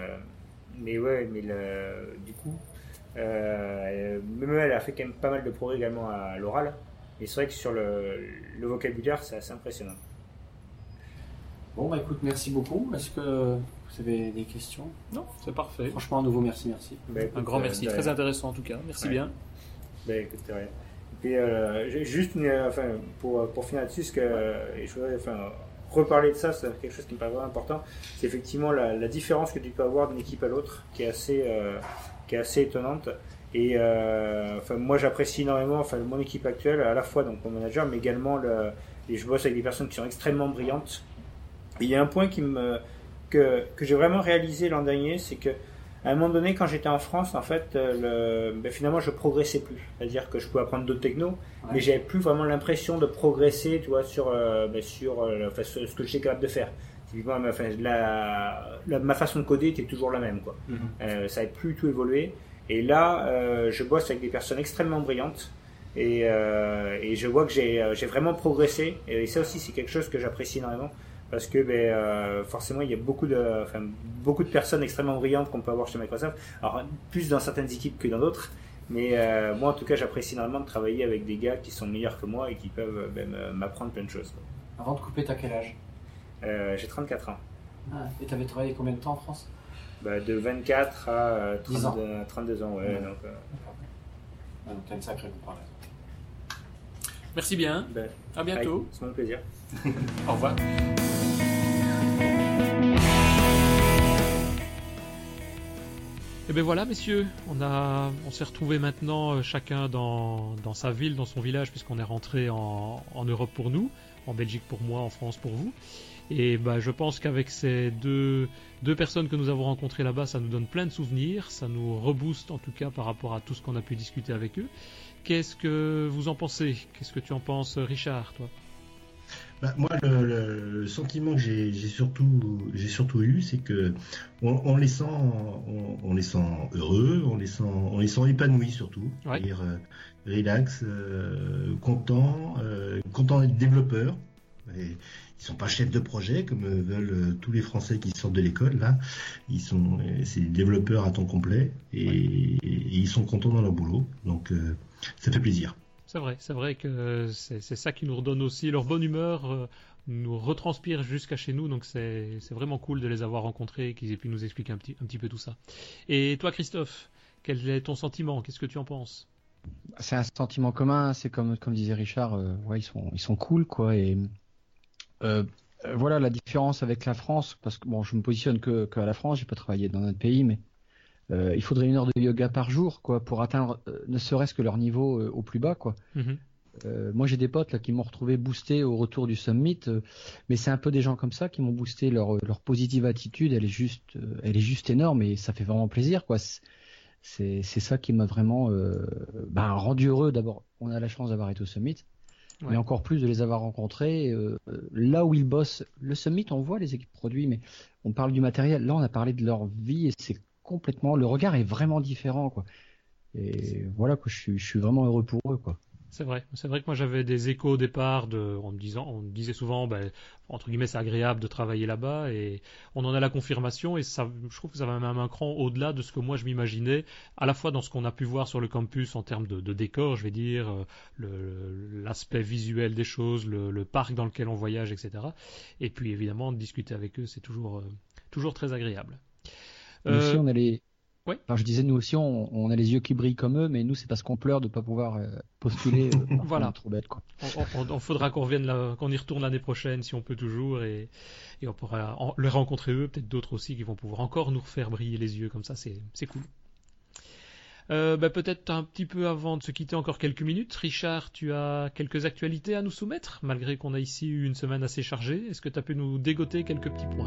coup, même elle a fait quand même pas mal de progrès également à l'oral. Et c'est vrai que sur le vocabulaire, c'est assez impressionnant. Bon, écoute, merci beaucoup. Est-ce que vous avez des questions? Non, c'est parfait. Franchement, à nouveau, merci. Écoute, un grand merci, très intéressant en tout cas. Merci bien. Écoute, c'est vrai. Et puis, juste pour finir là-dessus, je voudrais reparler de ça, c'est quelque chose qui me paraît vraiment important. C'est effectivement la différence que tu peux avoir d'une équipe à l'autre, qui est assez étonnante. Et moi, j'apprécie énormément mon équipe actuelle, à la fois donc mon manager, mais également je bosse avec des personnes qui sont extrêmement brillantes. Et il y a un point que j'ai vraiment réalisé l'an dernier, c'est que À un moment donné, quand j'étais en France, en fait, finalement, je progressais plus. C'est-à-dire que je pouvais apprendre d'autres technos, mais j'avais plus vraiment l'impression de progresser, tu vois, sur ce que j'étais capable de faire. Typiquement, ma façon de coder était toujours la même, quoi. Ça n'avait plus tout évolué. Et là, je bosse avec des personnes extrêmement brillantes. Et je vois que j'ai vraiment progressé. Et ça aussi, c'est quelque chose que j'apprécie énormément. Parce que forcément, il y a beaucoup de personnes extrêmement brillantes qu'on peut avoir chez Microsoft. Alors, plus dans certaines équipes que dans d'autres. Mais moi, en tout cas, j'apprécie énormément de travailler avec des gars qui sont meilleurs que moi et qui peuvent m'apprendre plein de choses, quoi. Avant de couper, t'as quel âge? J'ai 34 ans. Ah, et t'avais travaillé combien de temps en France? De 24 à 32 ans, ouais. Ouais. Donc, Donc t'as une sacrée comparaison. Merci bien. À bientôt. C'est mon plaisir. Au revoir. Et bien voilà, messieurs, on s'est retrouvés maintenant chacun dans sa ville, dans son village, puisqu'on est rentré en Europe pour nous, en Belgique pour moi, en France pour vous. Et je pense qu'avec ces deux personnes que nous avons rencontrées là-bas, ça nous donne plein de souvenirs, ça nous rebooste en tout cas par rapport à tout ce qu'on a pu discuter avec eux. Qu'est-ce que vous en pensez? Qu'est-ce que tu en penses, Richard, toi? Moi, le sentiment que j'ai surtout eu, c'est que on les sent heureux, on les sent épanouis surtout, ouais. C'est-à-dire relax, contents d'être développeurs. Et ils sont pas chefs de projet comme veulent tous les Français qui sortent de l'école là. C'est des développeurs à temps complet et ils sont contents dans leur boulot. Donc ça fait plaisir. C'est vrai que c'est ça qui nous redonne aussi leur bonne humeur, nous retranspire jusqu'à chez nous, donc c'est vraiment cool de les avoir rencontrés et qu'ils aient pu nous expliquer un petit peu tout ça. Et toi, Christophe, quel est ton sentiment? Qu'est-ce que tu en penses? C'est un sentiment commun, c'est comme disait Richard, ils sont cool, quoi. Et voilà la différence avec la France, parce que je me positionne que à la France, j'ai pas travaillé dans notre pays, mais il faudrait 1 heure de yoga par jour, quoi, pour atteindre ne serait-ce que leur niveau au plus bas, quoi. Moi, j'ai des potes là qui m'ont retrouvé boosté au retour du summit, mais c'est un peu des gens comme ça qui m'ont boosté leur positive attitude. Elle est juste énorme et ça fait vraiment plaisir, quoi. C'est ça qui m'a vraiment rendu heureux. D'abord, on a la chance d'avoir été au summit. Ouais. Mais encore plus de les avoir rencontrés là où ils bossent. Le summit, on voit les équipes produits, mais on parle du matériel. Là, on a parlé de leur vie et c'est complètement, le regard est vraiment différent, quoi. Et voilà, quoi, je suis vraiment heureux pour eux, quoi. C'est vrai que moi j'avais des échos au départ on me disait souvent, entre guillemets, c'est agréable de travailler là-bas, et on en a la confirmation, et ça, je trouve que ça va même un cran au-delà de ce que moi je m'imaginais, à la fois dans ce qu'on a pu voir sur le campus en termes de décor, je vais dire, l'aspect visuel des choses, le parc dans lequel on voyage, etc. Et puis évidemment, de discuter avec eux, c'est toujours très agréable. Nous aussi, on a les... Ouais. Enfin, je disais, nous aussi, on a les yeux qui brillent comme eux, mais nous, c'est parce qu'on pleure de ne pas pouvoir postuler. Voilà. On est trop bête, quoi. On faudra qu'on y retourne l'année prochaine, si on peut toujours, et on pourra les rencontrer eux, peut-être d'autres aussi qui vont pouvoir encore nous refaire briller les yeux comme ça, c'est cool. Peut-être un petit peu avant de se quitter, encore quelques minutes. Richard, tu as quelques actualités à nous soumettre, malgré qu'on a ici eu une semaine assez chargée. Est-ce que tu as pu nous dégoter quelques petits points?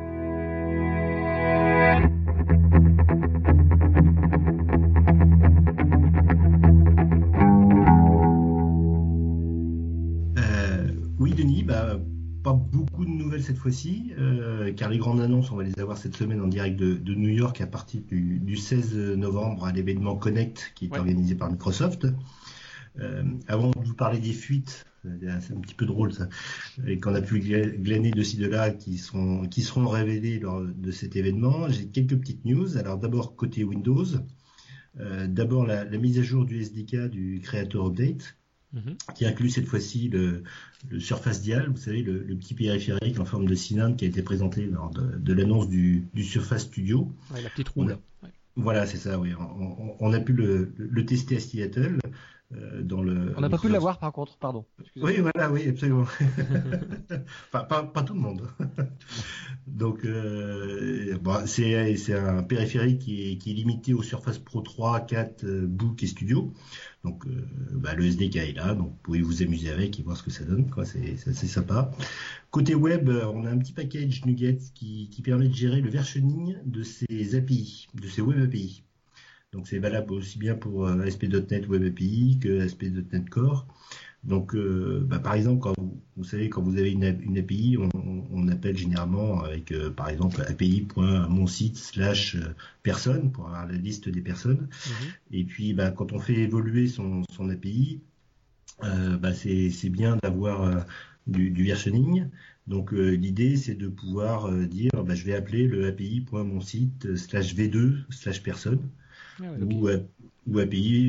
Oui, Denis, pas beaucoup de nouvelles cette fois-ci, car les grandes annonces, on va les avoir cette semaine en direct de New York à partir du 16 novembre à l'événement Connect qui est organisé par Microsoft. Avant de vous parler des fuites, c'est un petit peu drôle ça, et qu'on a pu glaner de ci de là qui seront révélées lors de cet événement, j'ai quelques petites news. Alors d'abord côté Windows, d'abord la mise à jour du SDK du Creator Update, qui inclut cette fois-ci le Surface Dial, vous savez, le petit périphérique en forme de cylindre qui a été présenté lors de l'annonce du Surface Studio. Ouais, la petite roue là. Ouais. Voilà, c'est ça, oui. On a pu le tester à Seattle. On n'a pas pu l'avoir par contre, pardon. Oui, voilà, oui, absolument. Enfin, pas tout le monde. Donc, c'est un périphérique qui est limité aux Surface Pro 3, 4, Book et Studio. Donc, le SDK est là, donc vous pouvez vous amuser avec et voir ce que ça donne, quoi. C'est assez sympa. Côté web, on a un petit package Nuget qui permet de gérer le versioning de ces API, de ces web API. Donc, c'est valable aussi bien pour ASP.NET Web API que ASP.NET Core. Donc, par exemple, quand vous avez une API, on appelle généralement avec, par exemple, api.monsite/personne pour avoir la liste des personnes. Et puis, quand on fait évoluer son API, c'est bien d'avoir du versioning. Donc, l'idée, c'est de pouvoir dire, je vais appeler le api.monsite/v2/personne. Ou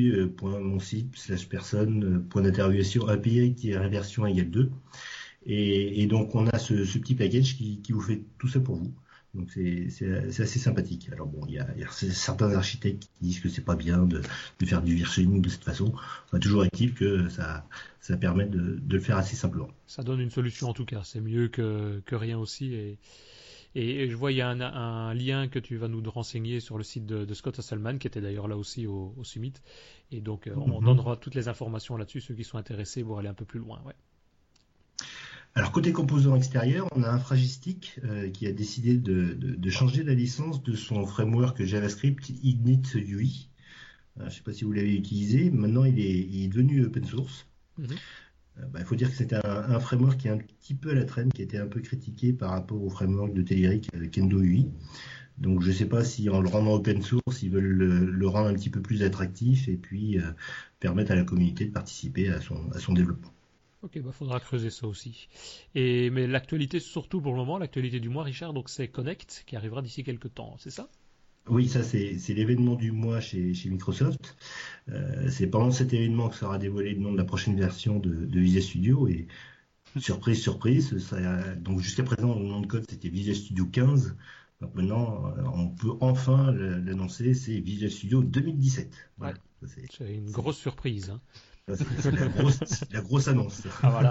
API.monsite/personne.d'interrogation API qui est version égale 2. Et donc on a ce petit package qui vous fait tout ça pour vous. Donc c'est assez sympathique. Alors bon, il y a certains architectes qui disent que c'est pas bien de faire du versioning de cette façon. Toujours est-il que ça permet de le faire assez simplement. Ça donne une solution en tout cas. C'est mieux que rien aussi. Et je vois, il y a un lien que tu vas nous renseigner sur le site de Scott Hasselman, qui était d'ailleurs là aussi au Summit. Et donc, on donnera toutes les informations là-dessus, ceux qui sont intéressés pour aller un peu plus loin. Ouais. Alors, côté composants extérieurs, on a Infragistic qui a décidé de changer la licence de son framework JavaScript Init UI. Je ne sais pas si vous l'avez utilisé. Maintenant, il est devenu open source. Il faut dire que c'était un framework qui est un petit peu à la traîne, qui a été un peu critiqué par rapport au framework de Telerik Kendo UI. Donc je ne sais pas si en le rendant open source, ils veulent le rendre un petit peu plus attractif et puis permettre à la communauté de participer à son développement. Ok, faudra creuser ça aussi. Mais l'actualité, surtout pour le moment, l'actualité du mois, Richard, donc c'est Connect qui arrivera d'ici quelques temps, c'est ça ? Oui, ça c'est l'événement du mois chez Microsoft. C'est pendant cet événement que sera dévoilé le nom de la prochaine version de Visual Studio et surprise, donc jusqu'à présent le nom de code c'était Visual Studio 15. Donc maintenant on peut enfin l'annoncer, c'est Visual Studio 2017. Voilà. Ouais, c'est une grosse surprise. Hein. C'est la grosse annonce. Ah voilà.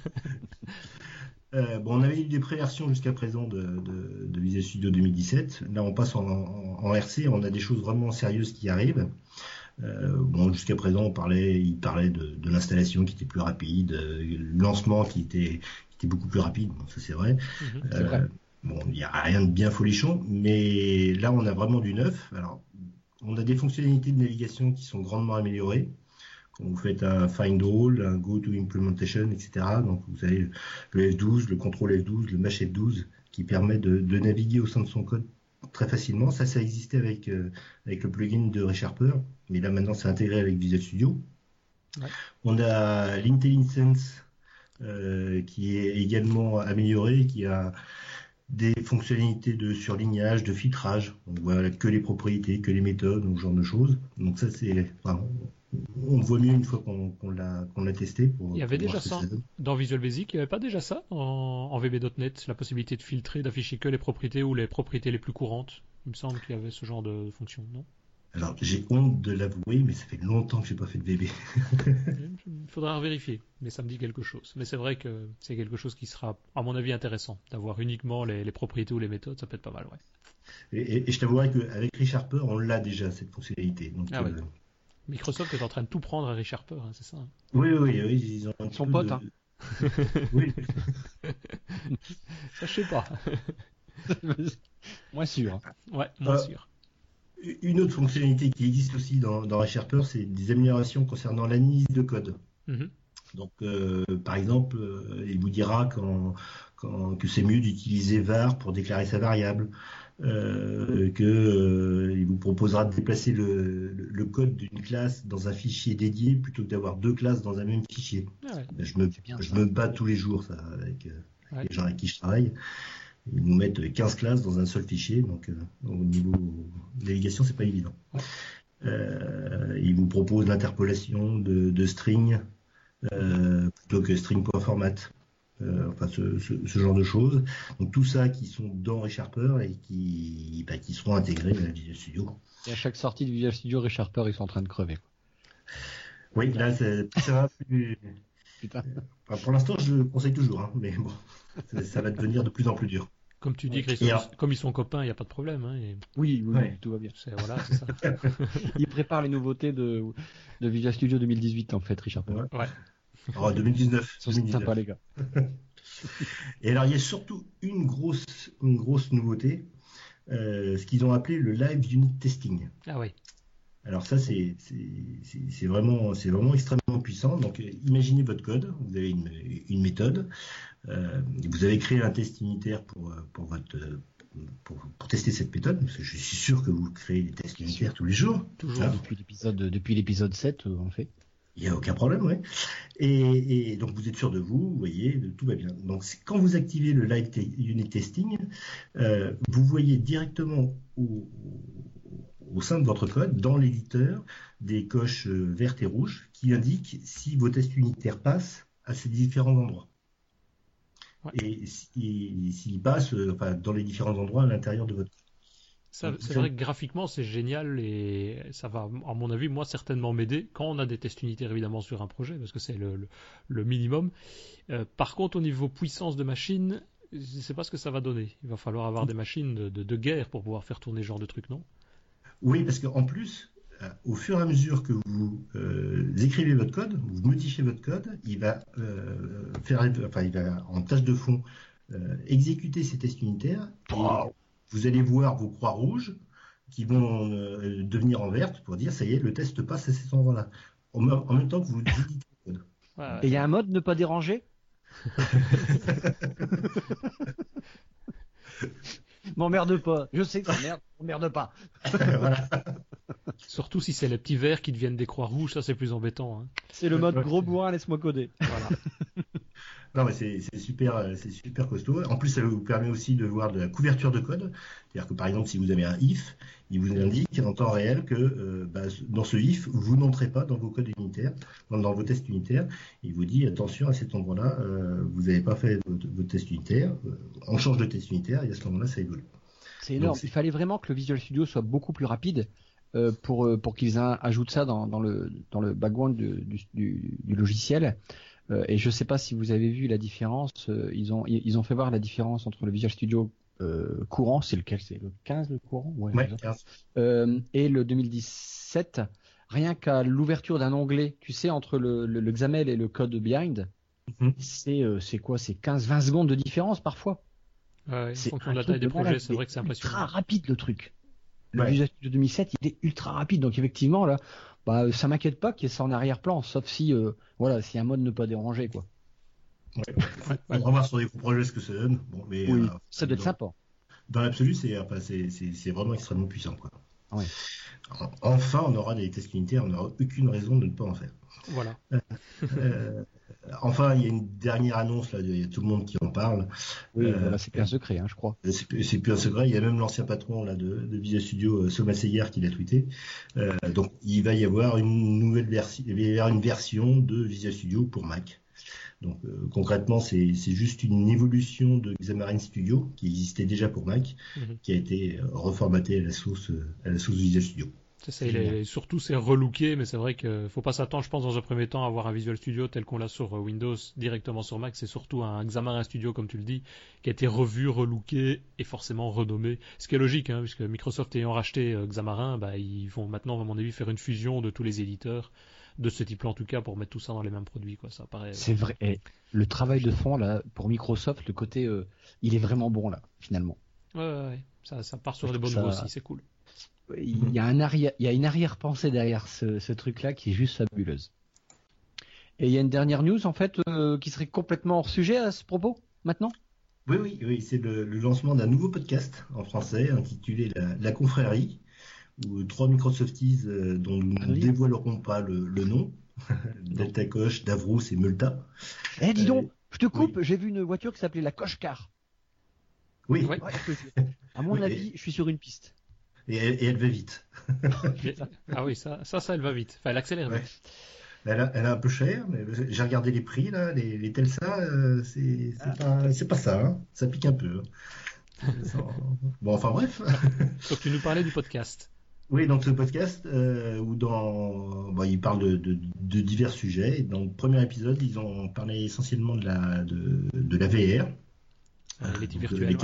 On avait eu des pré-versions jusqu'à présent de Visual Studio 2017. Là, on passe en RC. On a des choses vraiment sérieuses qui arrivent. Jusqu'à présent, il parlait de l'installation qui était plus rapide, le lancement qui était beaucoup plus rapide. Bon, ça c'est vrai. C'est vrai. Il n'y a rien de bien folichon, mais là, on a vraiment du neuf. Alors, on a des fonctionnalités de navigation qui sont grandement améliorées. Quand vous faites un find all, un go to implementation, etc. Donc vous avez le F12, le contrôle F12, le mesh F12 qui permet de naviguer au sein de son code très facilement. Ça existait avec le plugin de ReSharper, mais là maintenant c'est intégré avec Visual Studio. Ouais. On a l'IntelliSense qui est également amélioré, qui a des fonctionnalités de surlignage, de filtrage. On voit que les propriétés, que les méthodes, ce genre de choses. Donc ça on le voit mieux une fois qu'on l'a testé. Il y avait déjà ça dans Visual Basic. Il n'y avait pas déjà ça en VB.NET, la possibilité de filtrer, d'afficher que les propriétés ou les propriétés les plus courantes. Il me semble qu'il y avait ce genre de fonction, non ? Alors j'ai honte de l'avouer, mais ça fait longtemps que j'ai pas fait de VB. Il faudra vérifier, mais ça me dit quelque chose. Mais c'est vrai que c'est quelque chose qui sera, à mon avis, intéressant. D'avoir uniquement les propriétés ou les méthodes, ça peut être pas mal, ouais. Et je t'avouerai qu'avec ReSharper, on l'a déjà, cette fonctionnalité. Donc, ouais. Microsoft est en train de tout prendre à ReSharper, hein, c'est ça hein. Oui, ils ont son pote. Hein. Oui. Ça, je sais pas. Moins sûr. Ouais, moins sûr. Une autre fonctionnalité qui existe aussi dans ReSharper, c'est des améliorations concernant l'analyse de code. Donc, par exemple, il vous dira que c'est mieux d'utiliser var pour déclarer sa variable, il vous proposera de déplacer le code d'une classe dans un fichier dédié plutôt que d'avoir deux classes dans un même fichier. Ah ouais. Je me bats tous les jours ça, avec les gens avec qui je travaille. Ils nous mettent 15 classes dans un seul fichier, donc au niveau navigation, c'est pas évident. Ouais. Il vous propose l'interpolation de string plutôt que string.format. Ce genre de choses. Donc tout ça qui sont dans ReSharper et qui seront intégrés dans Visual Studio. Et à chaque sortie de Visual Studio, ReSharper, ils sont en train de crever. Oui, là, ça va plus... Putain. Pour l'instant, je le conseille toujours, hein, mais bon, ça va devenir de plus en plus dur. Comme tu dis, Ouais. Christophe, comme ils sont copains, il n'y a pas de problème. Hein, et Oui, Ouais. tout va bien. voilà, c'est ça. Il prépare les nouveautés de Visual Studio 2018 en fait, Richard. Ouais. Ouais. Oh, 2019. Ils sont 2019. sympas les gars. Et alors, il y a surtout une grosse nouveauté, ce qu'ils ont appelé le live unit testing. Ah oui. Alors ça, c'est vraiment extrêmement puissant. Donc, imaginez votre code. Vous avez une méthode. Vous avez créé un test unitaire pour tester cette méthode. Parce que je suis sûr que vous créez des tests unitaires tous les jours. Toujours. Hein, Depuis l'épisode 7, on fait. il n'y a aucun problème, ouais. Et donc vous êtes sûr de vous voyez, tout va bien. Donc quand vous activez le live unit testing, vous voyez directement au sein de votre code, dans l'éditeur, des coches vertes et rouges qui indiquent si vos tests unitaires passent à ces différents endroits. Ouais. Et s'ils passent dans les différents endroits à l'intérieur de votre code. C'est vrai que graphiquement c'est génial et ça va, à mon avis, moi certainement m'aider quand on a des tests unitaires évidemment sur un projet parce que c'est le minimum. Par contre, au niveau puissance de machine, je ne sais pas ce que ça va donner. Il va falloir avoir des machines de guerre pour pouvoir faire tourner ce genre de truc, non? Oui, parce qu'en plus, au fur et à mesure que vous écrivez votre code, vous modifiez votre code, il va en tâche de fond exécuter ces tests unitaires. Et vous allez voir vos croix rouges qui vont devenir en verte pour dire ça y est, le test passe à cet endroit-là. En même temps que vous éditez le code. Ouais. Et il y a un mode ne pas déranger. M'emmerde pas. Je sais que ça merde. M'emmerde pas. Voilà. Surtout si c'est les petits verts qui deviennent des croix rouges, ça c'est plus embêtant. Hein. C'est le mode gros bourrin, laisse-moi coder. Voilà. Non, mais c'est super costaud. En plus, ça vous permet aussi de voir de la couverture de code. C'est-à-dire que par exemple, si vous avez un if, il vous indique en temps réel que dans ce if, vous n'entrez pas dans vos codes unitaires, dans vos tests unitaires. Il vous dit attention à cet endroit-là, vous n'avez pas fait votre test unitaire. On change de test unitaire et à ce moment-là, ça évolue. C'est énorme. Donc, il fallait vraiment que le Visual Studio soit beaucoup plus rapide pour qu'ils ajoutent ça dans le background du logiciel. Et je sais pas si vous avez vu la différence. Ils ont fait voir la différence entre le Visual Studio courant, c'est lequel? C'est le 15 le courant? Ouais, Ouais, et le 2017. Rien qu'à l'ouverture d'un onglet, tu sais, entre le XAML et le code behind, c'est quoi? C'est 15-20 secondes de différence parfois. Ouais, en C'est fonction un de la truc taille des de projets, malade. c'est vrai que c'est impressionnant. Ultra rapide le truc. Le Ouais. Visual Studio 2007, il est ultra rapide. Donc effectivement là, ça m'inquiète pas qu'il y ait ça en arrière-plan, sauf si si un mode ne pas déranger quoi. On va voir sur des gros projets ce que ça donne. Bon, mais Oui, ça doit être sympa. Dans l'absolu, c'est vraiment extrêmement puissant, quoi. Ouais. Enfin, on aura des tests unitaires, on n'aura aucune raison de ne pas en faire. Voilà. Enfin, il y a une dernière annonce là, il y a tout le monde qui en parle. Oui, voilà, c'est plus un secret, je crois. C'est plus un secret. Il y a même l'ancien patron là de Visual Studio, Soma Seyer, qui l'a tweeté. Donc, il va y avoir une nouvelle version, il va y avoir une version de Visual Studio pour Mac. Donc concrètement, c'est juste une évolution de Xamarin Studio qui existait déjà pour Mac, qui a été reformaté à la sauce Visual Studio. C'est ça, surtout c'est relooké, mais c'est vrai que faut pas s'attendre, je pense, dans un premier temps à avoir un Visual Studio tel qu'on l'a sur Windows directement sur Mac. C'est surtout un Xamarin Studio, comme tu le dis, qui a été revu, relooké et forcément renommé. Ce qui est logique, hein, puisque Microsoft ayant racheté Xamarin, ils vont maintenant, à mon avis, faire une fusion de tous les éditeurs de ce type-là en tout cas pour mettre tout ça dans les mêmes produits, quoi. Ça paraît. C'est vrai. Et le travail de fond là pour Microsoft, le côté, il est vraiment bon là finalement. Ouais. Ça part sur des bonnes voies aussi, c'est cool. Il y a une arrière-pensée derrière ce truc-là qui est juste fabuleuse. Et il y a une dernière news en fait qui serait complètement hors sujet à ce propos maintenant. Oui, c'est le lancement d'un nouveau podcast en français intitulé La Confrérie, où 3 Microsofties dont nous ne dévoilerons pas le nom, Delta Coche, Davrous et Multa. Dis donc, je te coupe, j'ai vu une voiture qui s'appelait la Coche-Car. Oui. Ouais. À mon avis, je suis sur une piste. Et elle va vite. Ah oui, ça elle va vite. Enfin, elle accélère vite. Elle est un peu chère, mais j'ai regardé les prix là, les Telsa, c'est pas ça, hein. Ça pique un peu. Bon, enfin bref. Donc tu nous parlais du podcast. Oui, donc ce podcast où ils parlent de divers sujets. Et dans le premier épisode, ils ont parlé essentiellement de la VR, Réalité donc, virtuelle. les casques,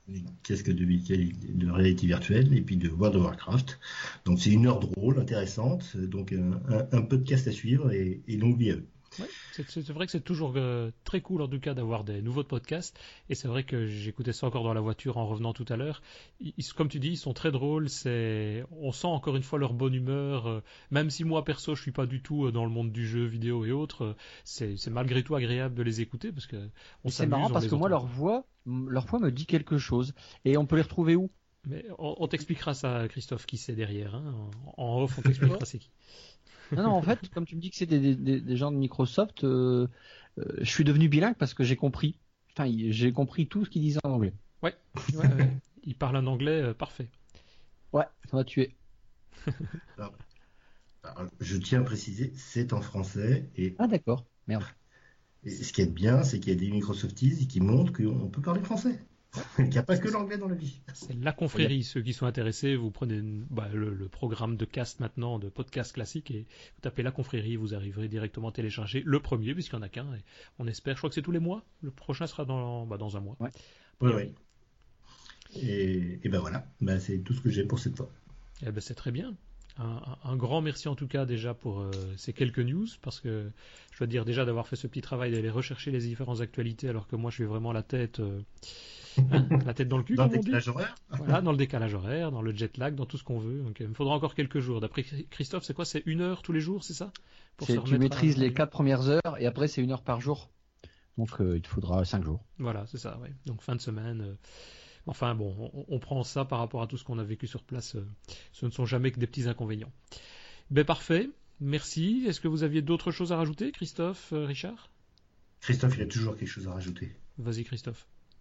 les casques de réalité virtuelle et puis de World of Warcraft. Donc c'est 1 heure drôle, intéressante, donc un podcast à suivre et longue vie à eux. Ouais, c'est vrai que c'est toujours très cool en tout cas d'avoir des nouveaux podcasts, et c'est vrai que j'écoutais ça encore dans la voiture en revenant tout à l'heure. Comme tu dis, ils sont très drôles, on sent encore une fois leur bonne humeur, même si moi perso je suis pas du tout dans le monde du jeu vidéo et autres, c'est malgré tout agréable de les écouter parce que c'est marrant parce que moi leur voix me dit quelque chose, et on peut les retrouver où? Mais on t'expliquera ça, Christophe, qui c'est derrière, hein. En off on t'expliquera c'est qui. Non, en fait, comme tu me dis que c'est des gens de Microsoft, je suis devenu bilingue parce que j'ai compris tout ce qu'ils disaient en anglais. Ouais. Ils parlent un anglais parfait. Ouais, ça m'a tué. Alors, je tiens à préciser, c'est en français. Ah d'accord, merde. Et ce qui est bien, c'est qu'il y a des Microsofties qui montrent qu'on peut parler français. Il n'y a pas que l'anglais dans la vie. C'est la confrérie. Ceux qui sont intéressés, vous prenez le programme de cast maintenant, de podcast classique, et vous tapez la confrérie, vous arriverez directement à télécharger le premier, puisqu'il n'y en a qu'un. Et on espère, je crois que c'est tous les mois. Le prochain sera dans un mois. Ouais. Oui. Et ben voilà, c'est tout ce que j'ai pour cette fois. Eh ben c'est très bien. Un grand merci en tout cas déjà pour ces quelques news, parce que je dois dire déjà d'avoir fait ce petit travail d'aller rechercher les différentes actualités, alors que moi je suis vraiment la tête dans le cul, dans comme le on dit. décalage horaire. Voilà, dans le décalage horaire, dans le jet lag, dans tout ce qu'on veut. Donc il me faudra encore quelques jours. D'après Christophe, c'est quoi? C'est 1 heure tous les jours, c'est ça? Tu maîtrises les 4 premières heures et après c'est 1 heure par jour. Donc il te faudra 5 jours. Voilà, c'est ça, ouais. Donc fin de semaine. Enfin bon, on prend ça par rapport à tout ce qu'on a vécu sur place. Ce ne sont jamais que des petits inconvénients. Ben parfait, merci. Est-ce que vous aviez d'autres choses à rajouter, Christophe, Richard? Christophe, il a toujours quelque chose à rajouter. Vas-y, Christophe.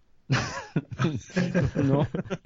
Non.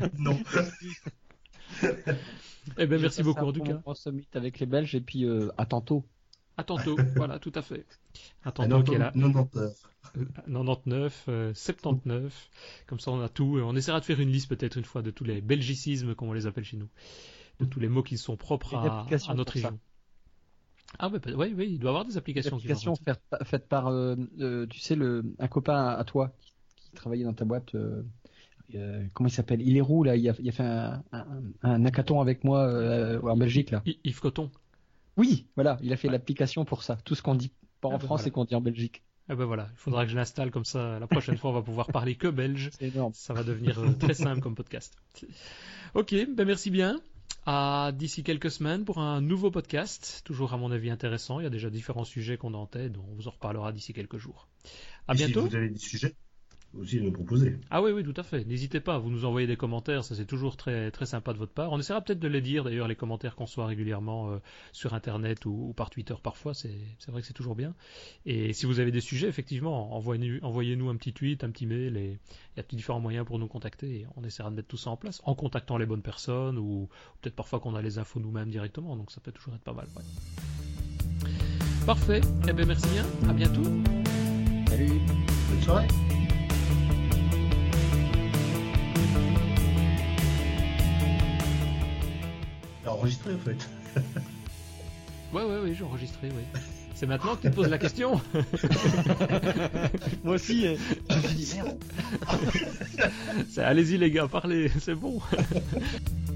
Eh ben merci beaucoup en tout cas. On summit avec les Belges et puis à tantôt. À tantôt, voilà, tout à fait. À tantôt qui est là. 99, 79, comme ça on a tout. On essaiera de faire une liste peut-être une fois de tous les belgicismes, comme on les appelle chez nous, de tous les mots qui sont propres à notre région. Ah oui, il doit y avoir des applications. Des applications faites par, tu sais, un copain à toi qui travaillait dans ta boîte. Comment il s'appelle? Il est roux là. Il a fait un hackathon avec moi en Belgique là. Yves Coton. Oui, voilà, il a fait l'application pour ça. Tout ce qu'on dit pas en France et qu'on dit en Belgique. Ah ben voilà, il faudra que je l'installe comme ça. La prochaine fois, on va pouvoir parler que belge. C'est énorme. Ça va devenir très simple comme podcast. Ok, ben merci bien. À d'ici quelques semaines pour un nouveau podcast, toujours à mon avis intéressant. Il y a déjà différents sujets qu'on a en tête, donc on vous en reparlera d'ici quelques jours. À bientôt. Si vous avez des sujets aussi nous proposer. Ah oui, tout à fait. N'hésitez pas, vous nous envoyez des commentaires, ça c'est toujours très très sympa de votre part. On essaiera peut-être de les lire d'ailleurs, les commentaires qu'on reçoit régulièrement sur internet ou par Twitter parfois, c'est vrai que c'est toujours bien. Et si vous avez des sujets, effectivement, envoyez-nous un petit tweet, un petit mail, et il y a différents moyens pour nous contacter, et on essaiera de mettre tout ça en place, en contactant les bonnes personnes, ou peut-être parfois qu'on a les infos nous-mêmes directement, donc ça peut toujours être pas mal. Ouais. Parfait, eh bien merci bien, à bientôt. Salut, bonne soirée. Enregistré en fait. Ouais, j'ai enregistré, oui. C'est maintenant que tu te poses la question. Moi aussi, je me suis dit merde. Allez-y les gars, parlez, c'est bon.